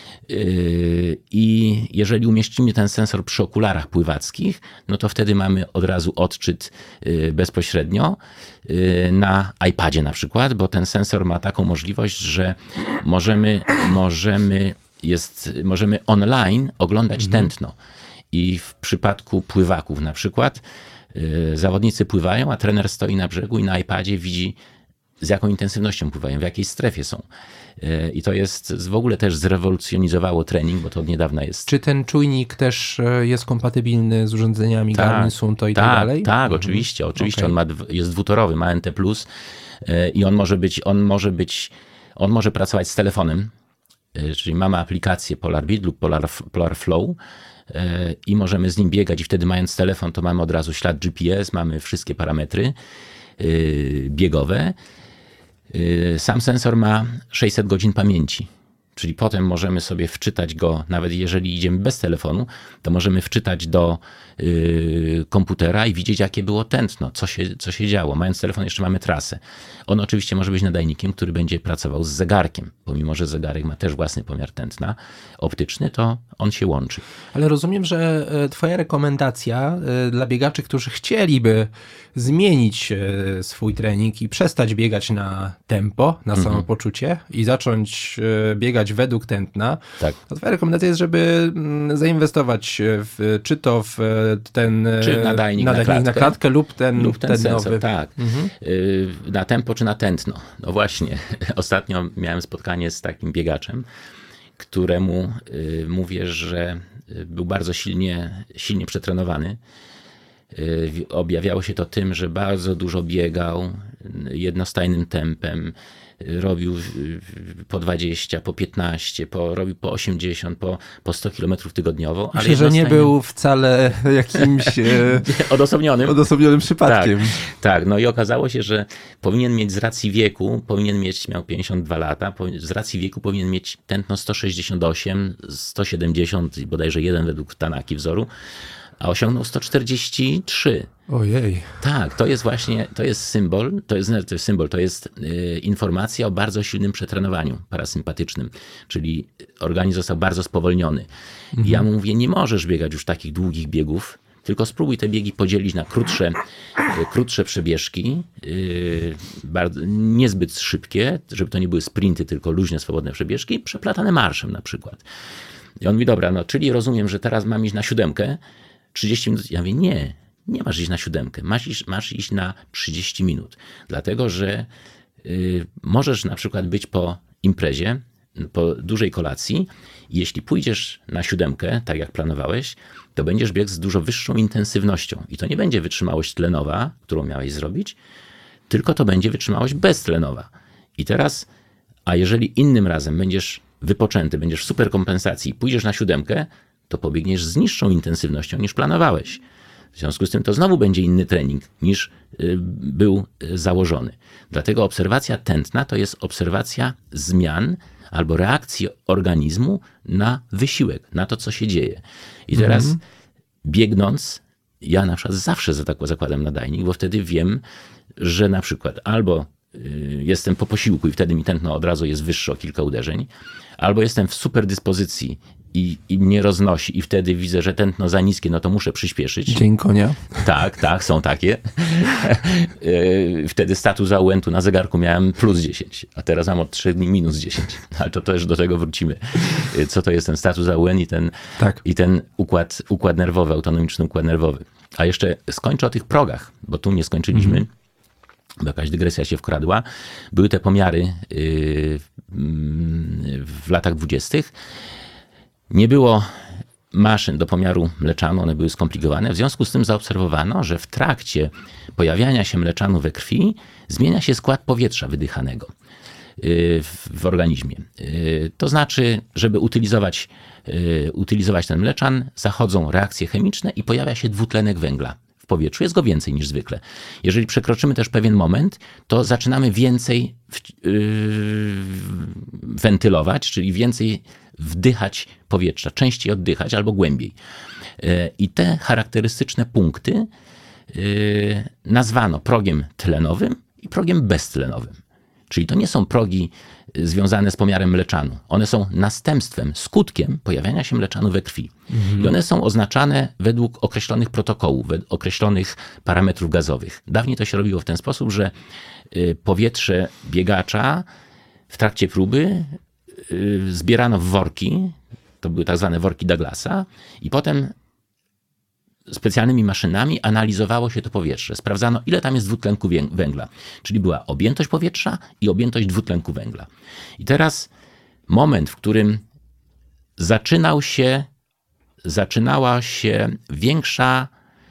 i jeżeli umieścimy ten sensor przy okularach pływackich, no to wtedy mamy od razu odczyt bezpośrednio na iPadzie na przykład, bo ten sensor ma taką możliwość, że możemy, możemy, jest, możemy online oglądać mhm. tętno. I w przypadku pływaków na przykład zawodnicy pływają, a trener stoi na brzegu i na iPadzie widzi, z jaką intensywnością pływają, w jakiej strefie są. I to jest w ogóle też zrewolucjonizowało trening, bo to od niedawna jest. Czy ten czujnik też jest kompatybilny z urządzeniami tak, Garmin, Suunto i tak, tak dalej? Tak, mhm. oczywiście. Oczywiście okay. On ma, jest dwutorowy, ma N T plus i on może być, on może być, on może pracować z telefonem, czyli mamy aplikację Polarbit lub Polar, Polar Flow, i możemy z nim biegać i wtedy mając telefon to mamy od razu ślad G P S, mamy wszystkie parametry biegowe. Sam sensor ma sześćset godzin pamięci, czyli potem możemy sobie wczytać go, nawet jeżeli idziemy bez telefonu, to możemy wczytać do yy, komputera i widzieć, jakie było tętno, co się, co się działo. Mając telefon jeszcze mamy trasę. On oczywiście może być nadajnikiem, który będzie pracował z zegarkiem. Pomimo, że zegarek ma też własny pomiar tętna optyczny, to on się łączy. Ale rozumiem, że twoja rekomendacja dla biegaczy, którzy chcieliby zmienić swój trening i przestać biegać na tempo, na samopoczucie mm-hmm. i zacząć biegać według tętna, tak. to twoja rekomendacja jest, żeby zainwestować w, czy to w ten czy nadajnik, nadajnik na, klatkę, na klatkę lub ten, lub ten, ten sensor, nowy. Tak. Mhm. Na tempo czy na tętno. No właśnie, ostatnio miałem spotkanie z takim biegaczem, któremu y, mówię, że był bardzo silnie, silnie przetrenowany. Y, objawiało się to tym, że bardzo dużo biegał jednostajnym tempem, robił po dwadzieścia, po piętnaście, po, robił po osiemdziesiąt, po, po sto kilometrów tygodniowo. Myślę, ale że nie był wcale jakimś e, odosobnionym. odosobnionym przypadkiem. Tak, tak, no i okazało się, że powinien mieć z racji wieku, powinien mieć, miał pięćdziesiąt dwa lata, z racji wieku powinien mieć tętno sto sześćdziesiąt osiem, sto siedemdziesiąt i bodajże jeden według Tanaki wzoru, a osiągnął sto czterdzieści trzy. Ojej. Tak, to jest właśnie, to jest symbol, to jest, to jest symbol, to jest y, informacja o bardzo silnym przetrenowaniu parasympatycznym, czyli organizm został bardzo spowolniony. Mhm. I ja mu mówię, nie możesz biegać już takich długich biegów, tylko spróbuj te biegi podzielić na krótsze, y, krótsze przebieżki, y, bardzo, niezbyt szybkie, żeby to nie były sprinty, tylko luźne, swobodne przebieżki, przeplatane marszem na przykład. I on mówi, dobra, no czyli rozumiem, że teraz mam iść na siódemkę, trzydzieści minut. Ja mówię, nie, nie masz iść na siódemkę, masz iść, masz iść na trzydzieści minut. Dlatego, że y, możesz na przykład być po imprezie, po dużej kolacji i jeśli pójdziesz na siódemkę, tak jak planowałeś, to będziesz biegł z dużo wyższą intensywnością. I to nie będzie wytrzymałość tlenowa, którą miałeś zrobić, tylko to będzie wytrzymałość beztlenowa. I teraz, a jeżeli innym razem będziesz wypoczęty, będziesz w superkompensacji i pójdziesz na siódemkę, to pobiegniesz z niższą intensywnością niż planowałeś. W związku z tym to znowu będzie inny trening niż y, był y, założony. Dlatego obserwacja tętna to jest obserwacja zmian albo reakcji organizmu na wysiłek, na to, co się dzieje. I teraz mm-hmm. biegnąc, ja na przykład zawsze zakładam nadajnik, bo wtedy wiem, że na przykład albo y, jestem po posiłku i wtedy mi tętno od razu jest wyższe o kilka uderzeń, albo jestem w super dyspozycji i, i mnie roznosi i wtedy widzę, że tętno za niskie, no to muszę przyspieszyć. Dzień konia. Tak, tak, są takie. Wtedy status A U N-tu na zegarku miałem plus dziesięć, a teraz mam od trzech dni minus dziesięć. Ale to też do tego wrócimy. Co to jest ten status A U N i ten, tak. i ten układ, układ nerwowy, autonomiczny układ nerwowy. A jeszcze skończę o tych progach, bo tu nie skończyliśmy. Mm. Bo jakaś dygresja się wkradła. Były te pomiary w latach dwudziestych. Nie było maszyn do pomiaru mleczanu, one były skomplikowane. W związku z tym zaobserwowano, że w trakcie pojawiania się mleczanu we krwi zmienia się skład powietrza wydychanego w organizmie. To znaczy, żeby utylizować, utylizować ten mleczan, zachodzą reakcje chemiczne i pojawia się dwutlenek węgla. W powietrzu jest go więcej niż zwykle. Jeżeli przekroczymy też pewien moment, to zaczynamy więcej w, yy, wentylować, czyli więcej wdychać powietrza, częściej oddychać albo głębiej. Yy, I te charakterystyczne punkty yy, nazwano progiem tlenowym i progiem beztlenowym. Czyli to nie są progi związane z pomiarem mleczanu. One są następstwem, skutkiem pojawiania się mleczanu we krwi. Mhm. I one są oznaczane według określonych protokołów, według określonych parametrów gazowych. Dawniej to się robiło w ten sposób, że powietrze biegacza w trakcie próby zbierano w worki, to były tak zwane worki Douglasa, i potem specjalnymi maszynami analizowało się to powietrze. Sprawdzano, ile tam jest dwutlenku węgla. Czyli była objętość powietrza i objętość dwutlenku węgla. I teraz moment, w którym zaczynał się, zaczynała się większa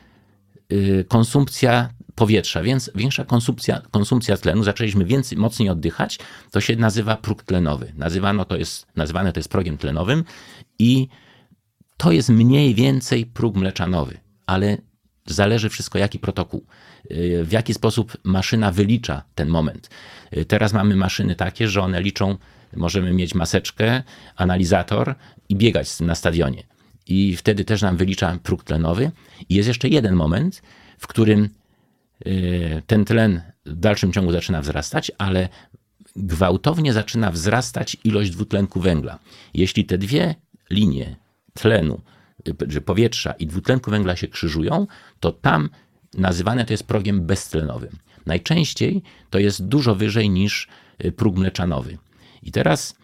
y, konsumpcja powietrza, więc większa konsumpcja, konsumpcja tlenu, zaczęliśmy więcej, mocniej oddychać, to się nazywa próg tlenowy. Nazywano to jest, nazywane to jest progiem tlenowym i to jest mniej więcej próg mleczanowy, ale zależy wszystko jaki protokół, w jaki sposób maszyna wylicza ten moment. Teraz mamy maszyny takie, że one liczą, możemy mieć maseczkę, analizator i biegać z tym na stadionie. I wtedy też nam wylicza próg tlenowy. I jest jeszcze jeden moment, w którym ten tlen w dalszym ciągu zaczyna wzrastać, ale gwałtownie zaczyna wzrastać ilość dwutlenku węgla. Jeśli te dwie linie tlenu, powietrza i dwutlenku węgla się krzyżują, to tam nazywane to jest progiem beztlenowym. Najczęściej to jest dużo wyżej niż próg mleczanowy. I teraz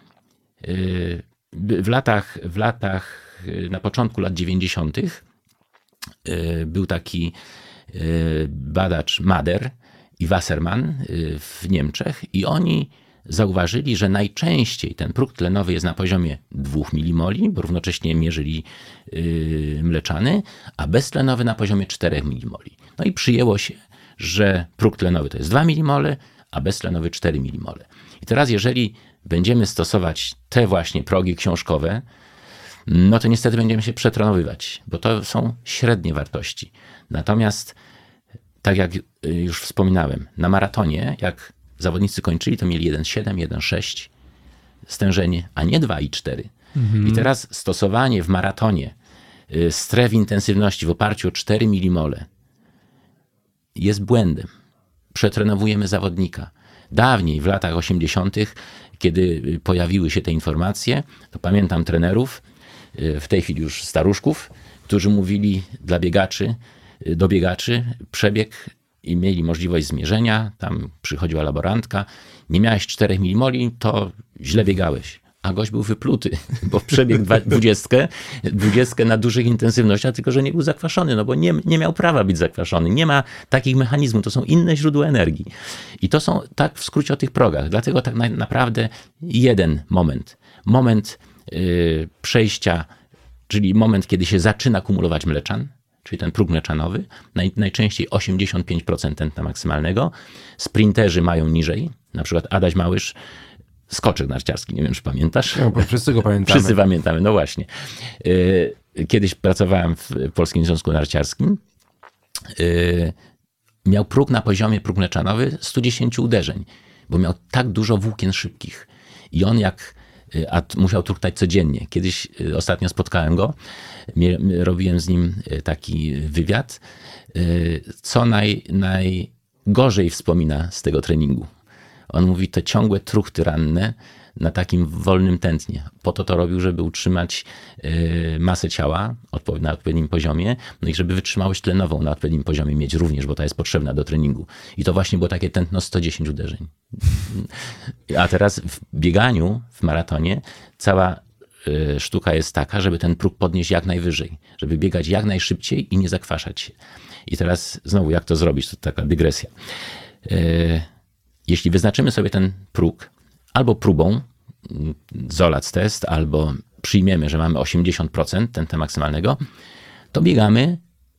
w latach, w latach na początku lat dziewięćdziesiątych był taki badacz Mader i Wasserman w Niemczech i oni zauważyli, że najczęściej ten próg tlenowy jest na poziomie dwóch milimoli, bo równocześnie mierzyli yy, mleczany, a beztlenowy na poziomie czterech milimoli. No i przyjęło się, że próg tlenowy to jest dwa milimole, a beztlenowy cztery milimole. I teraz jeżeli będziemy stosować te właśnie progi książkowe, no to niestety będziemy się przetrenowywać, bo to są średnie wartości. Natomiast, tak jak już wspominałem, na maratonie, jak zawodnicy kończyli, to mieli jeden przecinek siedem, jeden przecinek sześć stężenie, a nie dwa i cztery. Mhm. I teraz stosowanie w maratonie stref intensywności w oparciu o cztery milimole jest błędem. Przetrenowujemy zawodnika. Dawniej, w latach osiemdziesiątych, kiedy pojawiły się te informacje, to pamiętam trenerów, w tej chwili już staruszków, którzy mówili dla biegaczy, do biegaczy przebieg i mieli możliwość zmierzenia, tam przychodziła laborantka, nie miałeś czterech milimoli, to źle biegałeś. A gość był wypluty, bo przebiegł dwudziestkę, dwudziestkę na dużych intensywnościach, tylko że nie był zakwaszony, no bo nie, nie miał prawa być zakwaszony. Nie ma takich mechanizmów, to są inne źródła energii. I to są tak w skrócie o tych progach. Dlatego tak na, naprawdę jeden moment, moment yy, przejścia, czyli moment, kiedy się zaczyna kumulować mleczan, czyli ten próg mleczanowy, naj, najczęściej osiemdziesiąt pięć procent tętna maksymalnego. Sprinterzy mają niżej, na przykład Adaś Małysz, skoczek narciarski, nie wiem, czy pamiętasz? No, bo wszyscy go pamiętamy. Wszyscy pamiętamy, no właśnie. Kiedyś pracowałem w Polskim Związku Narciarskim. Miał próg na poziomie, próg mleczanowy sto dziesięć uderzeń, bo miał tak dużo włókien szybkich. I on jak, a musiał truchtać codziennie. Kiedyś ostatnio spotkałem go, robiłem z nim taki wywiad, co naj, najgorzej wspomina z tego treningu. On mówi, te ciągłe truchty ranne na takim wolnym tętnie. Po to to robił, żeby utrzymać y, masę ciała na odpowiednim poziomie, no i żeby wytrzymałość tlenową na odpowiednim poziomie mieć również, bo ta jest potrzebna do treningu. I to właśnie było takie tętno sto dziesięć uderzeń. A teraz w bieganiu, w maratonie, cała y, sztuka jest taka, żeby ten próg podnieść jak najwyżej, żeby biegać jak najszybciej i nie zakwaszać się. I teraz znowu, jak to zrobić? To taka dygresja. Y, jeśli wyznaczymy sobie ten próg, albo próbą, Zolac test, albo przyjmiemy, że mamy osiemdziesiąt procent tętna maksymalnego, to biegamy,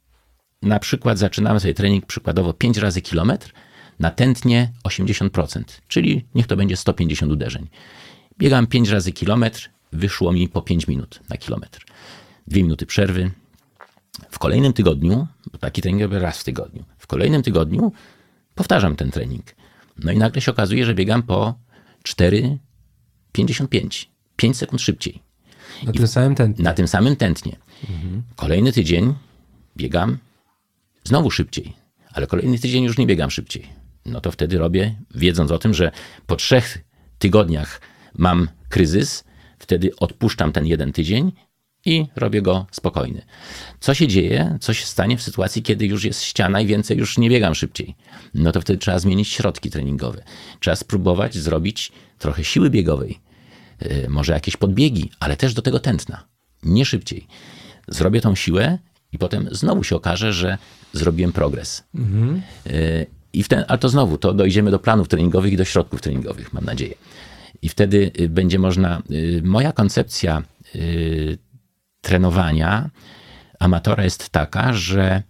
na przykład zaczynamy sobie trening przykładowo pięć razy kilometr na tętnie osiemdziesiąt procent, czyli niech to będzie sto pięćdziesiąt uderzeń. Biegam pięć razy kilometr, wyszło mi po pięć minut na kilometr. Dwie minuty przerwy. W kolejnym tygodniu, bo taki trening robię raz w tygodniu, w kolejnym tygodniu powtarzam ten trening. No i nagle się okazuje, że biegam po cztery pięćdziesiąt pięć. pięć sekund szybciej. Na I tym samym tętnie. Na tym samym tętnie. Mhm. Kolejny tydzień biegam znowu szybciej, ale kolejny tydzień już nie biegam szybciej. No to wtedy robię, wiedząc o tym, że po trzech tygodniach mam kryzys, wtedy odpuszczam ten jeden tydzień i robię go spokojny. Co się dzieje, co się stanie w sytuacji, kiedy już jest ściana i więcej już nie biegam szybciej? No to wtedy trzeba zmienić środki treningowe. Trzeba spróbować zrobić trochę siły biegowej, yy, może jakieś podbiegi, ale też do tego tętna, nie szybciej. Zrobię tą siłę i potem znowu się okaże, że zrobiłem progres. Mhm. Yy, i wtedy, ale to znowu, to dojdziemy do planów treningowych i do środków treningowych, mam nadzieję. I wtedy yy, będzie można, yy, moja koncepcja yy, trenowania amatora jest taka, że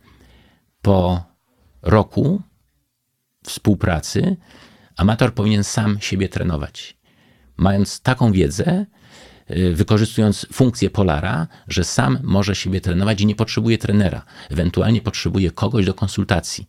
po roku współpracy amator powinien sam siebie trenować. Mając taką wiedzę, wykorzystując funkcję Polara, że sam może siebie trenować i nie potrzebuje trenera. Ewentualnie potrzebuje kogoś do konsultacji.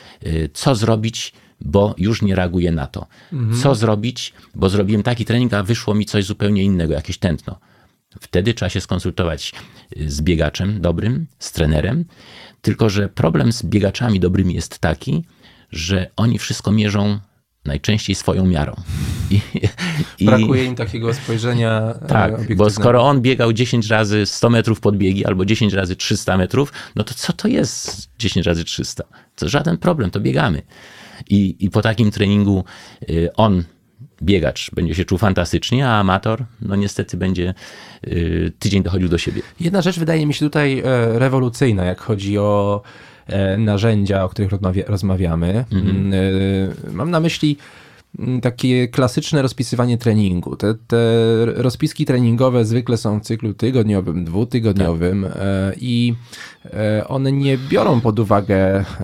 Co zrobić, bo już nie reaguje na to. Mhm. Co zrobić, bo zrobiłem taki trening, a wyszło mi coś zupełnie innego, jakieś tętno. Wtedy trzeba się skonsultować z biegaczem dobrym, z trenerem. Tylko że problem z biegaczami dobrymi jest taki, że oni wszystko mierzą najczęściej swoją miarą. I, i, Brakuje im takiego spojrzenia tak, bo skoro on biegał dziesięć razy sto metrów podbiegi albo dziesięć razy trzysta metrów, no to co to jest dziesięć razy trzysta? To żaden problem, to biegamy. I, i po takim treningu on, biegacz, będzie się czuł fantastycznie, a amator, no niestety będzie y, tydzień dochodził do siebie. Jedna rzecz wydaje mi się tutaj e, rewolucyjna, jak chodzi o e, narzędzia, o których rozmawia, rozmawiamy. Mm-hmm. E, mam na myśli takie klasyczne rozpisywanie treningu. Te, te rozpiski treningowe zwykle są w cyklu tygodniowym, dwutygodniowym tak. e, i e, one nie biorą pod uwagę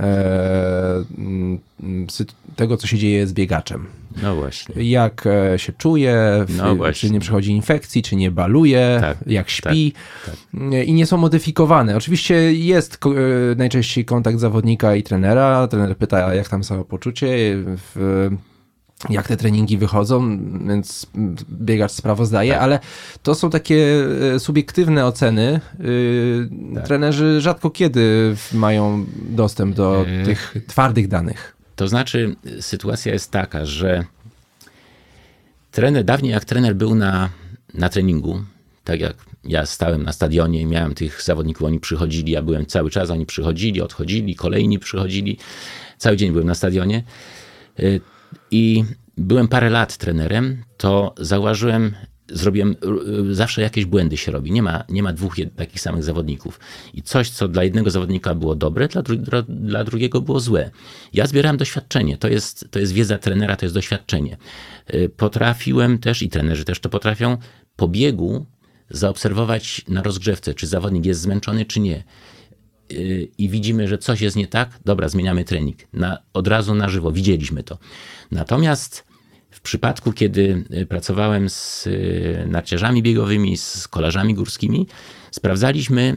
e, tego, co się dzieje z biegaczem. No właśnie. Jak się czuje, no czy nie przechodzi infekcji, czy nie baluje, tak, jak śpi tak, tak. i nie są modyfikowane. Oczywiście jest najczęściej kontakt zawodnika i trenera. Trener pyta, jak tam samopoczucie, w, jak te treningi wychodzą, więc biegacz sprawozdaje, tak. ale to są takie subiektywne oceny. Tak. Trenerzy rzadko kiedy mają dostęp do yy. tych twardych danych. To znaczy, sytuacja jest taka, że trener, dawniej jak trener był na, na treningu, tak jak ja stałem na stadionie i miałem tych zawodników, oni przychodzili, ja byłem cały czas, oni przychodzili, odchodzili, kolejni przychodzili, cały dzień byłem na stadionie i byłem parę lat trenerem, to zauważyłem, zrobiłem, zawsze jakieś błędy się robi. Nie ma, nie ma dwóch takich samych zawodników. I coś, co dla jednego zawodnika było dobre, dla, dru- dla drugiego było złe. Ja zbierałem doświadczenie. To jest, to jest wiedza trenera, to jest doświadczenie. Potrafiłem też, i trenerzy też to potrafią, po biegu zaobserwować na rozgrzewce, czy zawodnik jest zmęczony, czy nie. I widzimy, że coś jest nie tak, dobra, zmieniamy trening. Na, od razu na żywo, widzieliśmy to. Natomiast w przypadku, kiedy pracowałem z narciarzami biegowymi, z kolarzami górskimi, sprawdzaliśmy,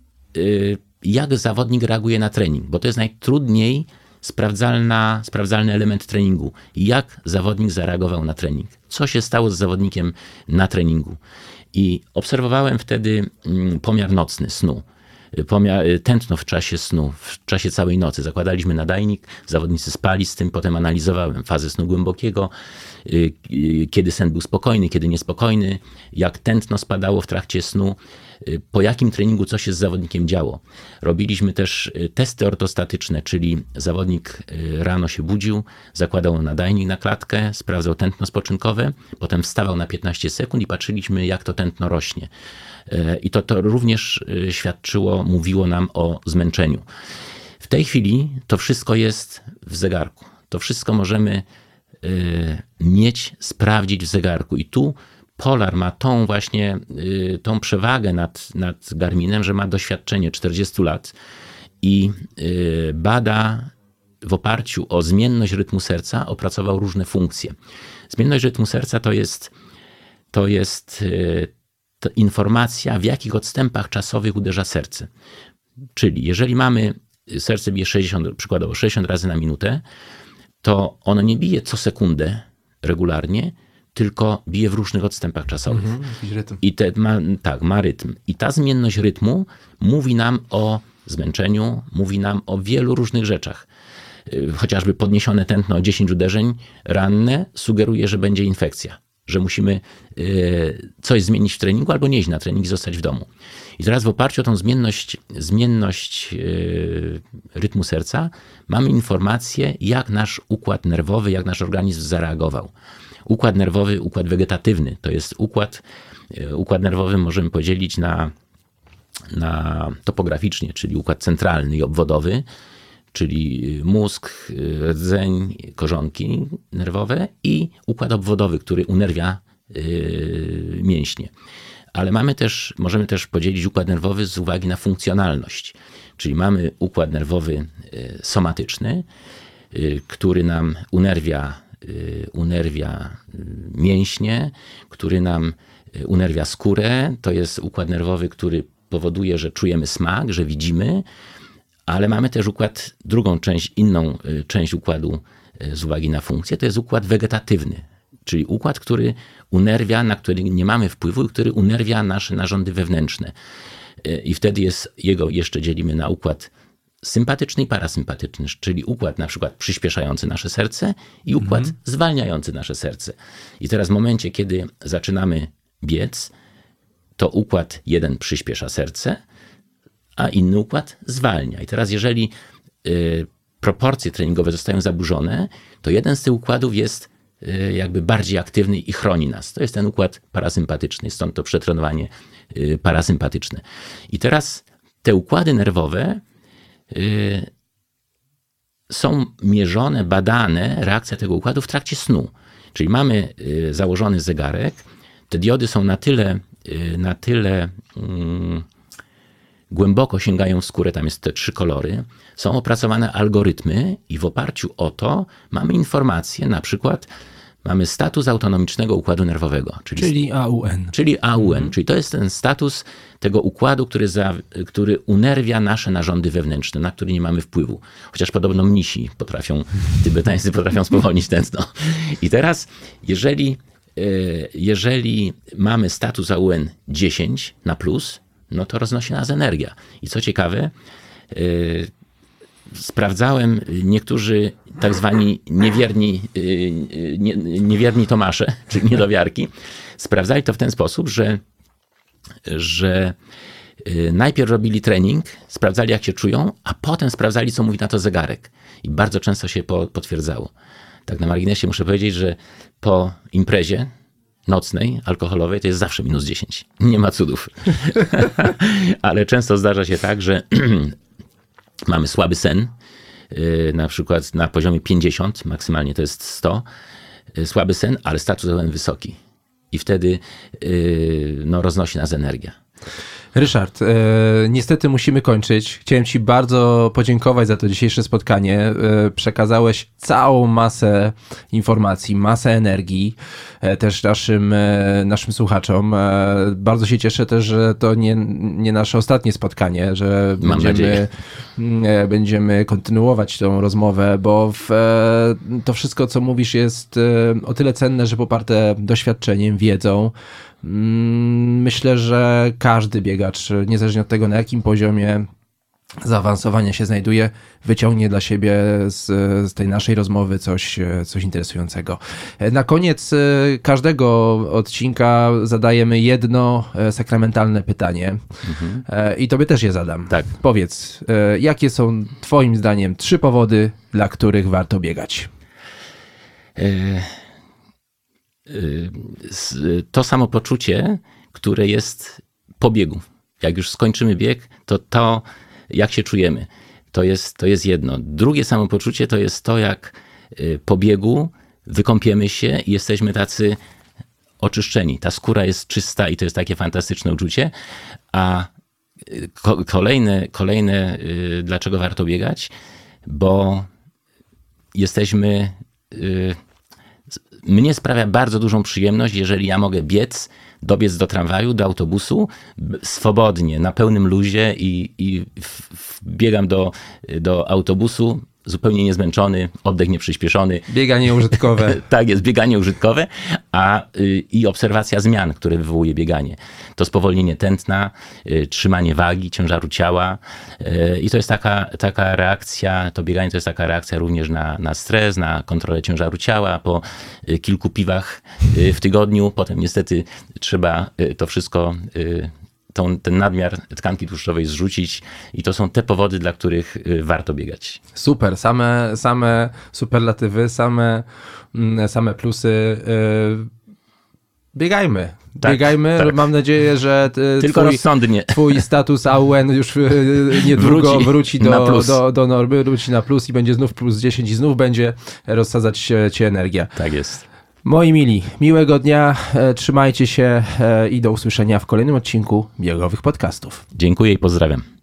jak zawodnik reaguje na trening, bo to jest najtrudniej sprawdzalna, sprawdzalny element treningu. Jak zawodnik zareagował na trening? Co się stało z zawodnikiem na treningu? I obserwowałem wtedy pomiar nocny snu. pomiar, tętno w czasie snu, w czasie całej nocy. Zakładaliśmy nadajnik, zawodnicy spali z tym, potem analizowałem fazę snu głębokiego, kiedy sen był spokojny, kiedy niespokojny, jak tętno spadało w trakcie snu, po jakim treningu co się z zawodnikiem działo. Robiliśmy też testy ortostatyczne, czyli zawodnik rano się budził, zakładał nadajnik na klatkę, sprawdzał tętno spoczynkowe, potem wstawał na piętnaście sekund i patrzyliśmy, jak to tętno rośnie. I to, to również świadczyło, mówiło nam o zmęczeniu. W tej chwili to wszystko jest w zegarku. To wszystko możemy mieć, sprawdzić w zegarku. I tu Polar ma tą właśnie, tą przewagę nad, nad Garminem, że ma doświadczenie czterdziestu lat i bada w oparciu o zmienność rytmu serca, opracował różne funkcje. Zmienność rytmu serca to jest, to jest to informacja, w jakich odstępach czasowych uderza serce. Czyli jeżeli mamy, serce bije sześćdziesiąt, przykładowo sześćdziesiąt razy na minutę, to ono nie bije co sekundę regularnie, tylko bije w różnych odstępach czasowych. Mhm, I te, ma, tak, ma rytm. I ta zmienność rytmu mówi nam o zmęczeniu, mówi nam o wielu różnych rzeczach. Chociażby podniesione tętno o dziesięć uderzeń ranne sugeruje, że będzie infekcja, że musimy coś zmienić w treningu albo nie iść na trening i zostać w domu. I teraz w oparciu o tą zmienność, zmienność rytmu serca mamy informację, jak nasz układ nerwowy, jak nasz organizm zareagował. Układ nerwowy, układ wegetatywny, to jest układ, układ nerwowy możemy podzielić na, na topograficznie, czyli układ centralny i obwodowy, czyli mózg, rdzeń, korzonki nerwowe i układ obwodowy, który unerwia yy, mięśnie. Ale mamy też, możemy też podzielić układ nerwowy z uwagi na funkcjonalność. Czyli mamy układ nerwowy somatyczny, który nam unerwia, unerwia mięśnie, który nam unerwia skórę. To jest układ nerwowy, który powoduje, że czujemy smak, że widzimy, ale mamy też układ, drugą część, inną część układu z uwagi na funkcję, to jest układ wegetatywny. Czyli układ, który unerwia, na który nie mamy wpływu, który unerwia nasze narządy wewnętrzne. I wtedy jest, jego jeszcze dzielimy na układ sympatyczny i parasympatyczny, czyli układ na przykład przyspieszający nasze serce i układ mhm. zwalniający nasze serce. I teraz w momencie, kiedy zaczynamy biec, to układ jeden przyspiesza serce, a inny układ zwalnia. I teraz jeżeli y, proporcje treningowe zostają zaburzone, to jeden z tych układów jest y, jakby bardziej aktywny i chroni nas. To jest ten układ parasympatyczny, stąd to przetrenowanie y, parasympatyczne. I teraz te układy nerwowe y, są mierzone, badane, reakcja tego układu w trakcie snu. Czyli mamy y, założony zegarek, te diody są na tyle, y, na tyle y, głęboko sięgają w skórę, tam jest te trzy kolory, są opracowane algorytmy i w oparciu o to mamy informacje, na przykład mamy status autonomicznego układu nerwowego. Czyli, czyli A U N. Czyli A U N, mhm. czyli to jest ten status tego układu, który, za, który unerwia nasze narządy wewnętrzne, na które nie mamy wpływu. Chociaż podobno mnisi potrafią, tybetańscy potrafią spowolnić tętno. I teraz, jeżeli, jeżeli mamy status A U N dziesięć na plus, no to roznosi nas energia. I co ciekawe, yy, sprawdzałem, niektórzy tak zwani niewierni, yy, nie, niewierni Tomasze, czyli niedowiarki, sprawdzali to w ten sposób, że, że yy, najpierw robili trening, sprawdzali jak się czują, a potem sprawdzali co mówi na to zegarek. I bardzo często się po, potwierdzało. Tak na marginesie muszę powiedzieć, że po imprezie nocnej, alkoholowej, to jest zawsze minus dziesięć. Nie ma cudów. Ale często zdarza się tak, że mamy słaby sen, na przykład na poziomie pięćdziesiąt, maksymalnie to jest sto, słaby sen, ale status A U N wysoki. I wtedy no, roznosi nas energia. Ryszard, e, niestety musimy kończyć. Chciałem Ci bardzo podziękować za to dzisiejsze spotkanie. E, przekazałeś całą masę informacji, masę energii e, też naszym, e, naszym słuchaczom. E, bardzo się cieszę też, że to nie, nie nasze ostatnie spotkanie, że Mam będziemy, e, będziemy kontynuować tą rozmowę, bo w, e, to wszystko, co mówisz, jest e, o tyle cenne, że poparte doświadczeniem, wiedzą. Myślę, że każdy biegacz, niezależnie od tego, na jakim poziomie zaawansowania się znajduje, wyciągnie dla siebie z, z tej naszej rozmowy coś, coś interesującego. Na koniec każdego odcinka zadajemy jedno sakramentalne pytanie mhm. i tobie też je zadam. Tak. Powiedz, jakie są twoim zdaniem trzy powody, dla których warto biegać? To samopoczucie, które jest po biegu. Jak już skończymy bieg, to to, jak się czujemy, to jest, to jest jedno. Drugie samopoczucie to jest to, jak po biegu wykąpiemy się i jesteśmy tacy oczyszczeni. Ta skóra jest czysta i to jest takie fantastyczne uczucie. A kolejne, kolejne dlaczego warto biegać? Bo jesteśmy... Mnie sprawia bardzo dużą przyjemność, jeżeli ja mogę biec, dobiec do tramwaju, do autobusu, swobodnie, na pełnym luzie i, i biegam do, do autobusu, zupełnie niezmęczony, oddech nieprzyspieszony. Bieganie użytkowe. Tak jest, bieganie użytkowe, a i obserwacja zmian, które wywołuje bieganie. To spowolnienie tętna, trzymanie wagi, ciężaru ciała i to jest taka, taka reakcja, to bieganie to jest taka reakcja również na, na stres, na kontrolę ciężaru ciała. Po kilku piwach w tygodniu, potem niestety trzeba to wszystko Tą, ten nadmiar tkanki tłuszczowej zrzucić i to są te powody, dla których warto biegać. Super, same, same superlatywy, same, same plusy. Biegajmy. Tak, Biegajmy. tak. Mam nadzieję, że tylko twój, rozsądnie. twój status A U N już niedługo wróci, wróci do, do, do normy, wróci na plus i będzie znów plus dziesięć i znów będzie rozsadzać cię energia. Tak jest. Moi mili, miłego dnia, trzymajcie się i do usłyszenia w kolejnym odcinku Biegowych Podcastów. Dziękuję i pozdrawiam.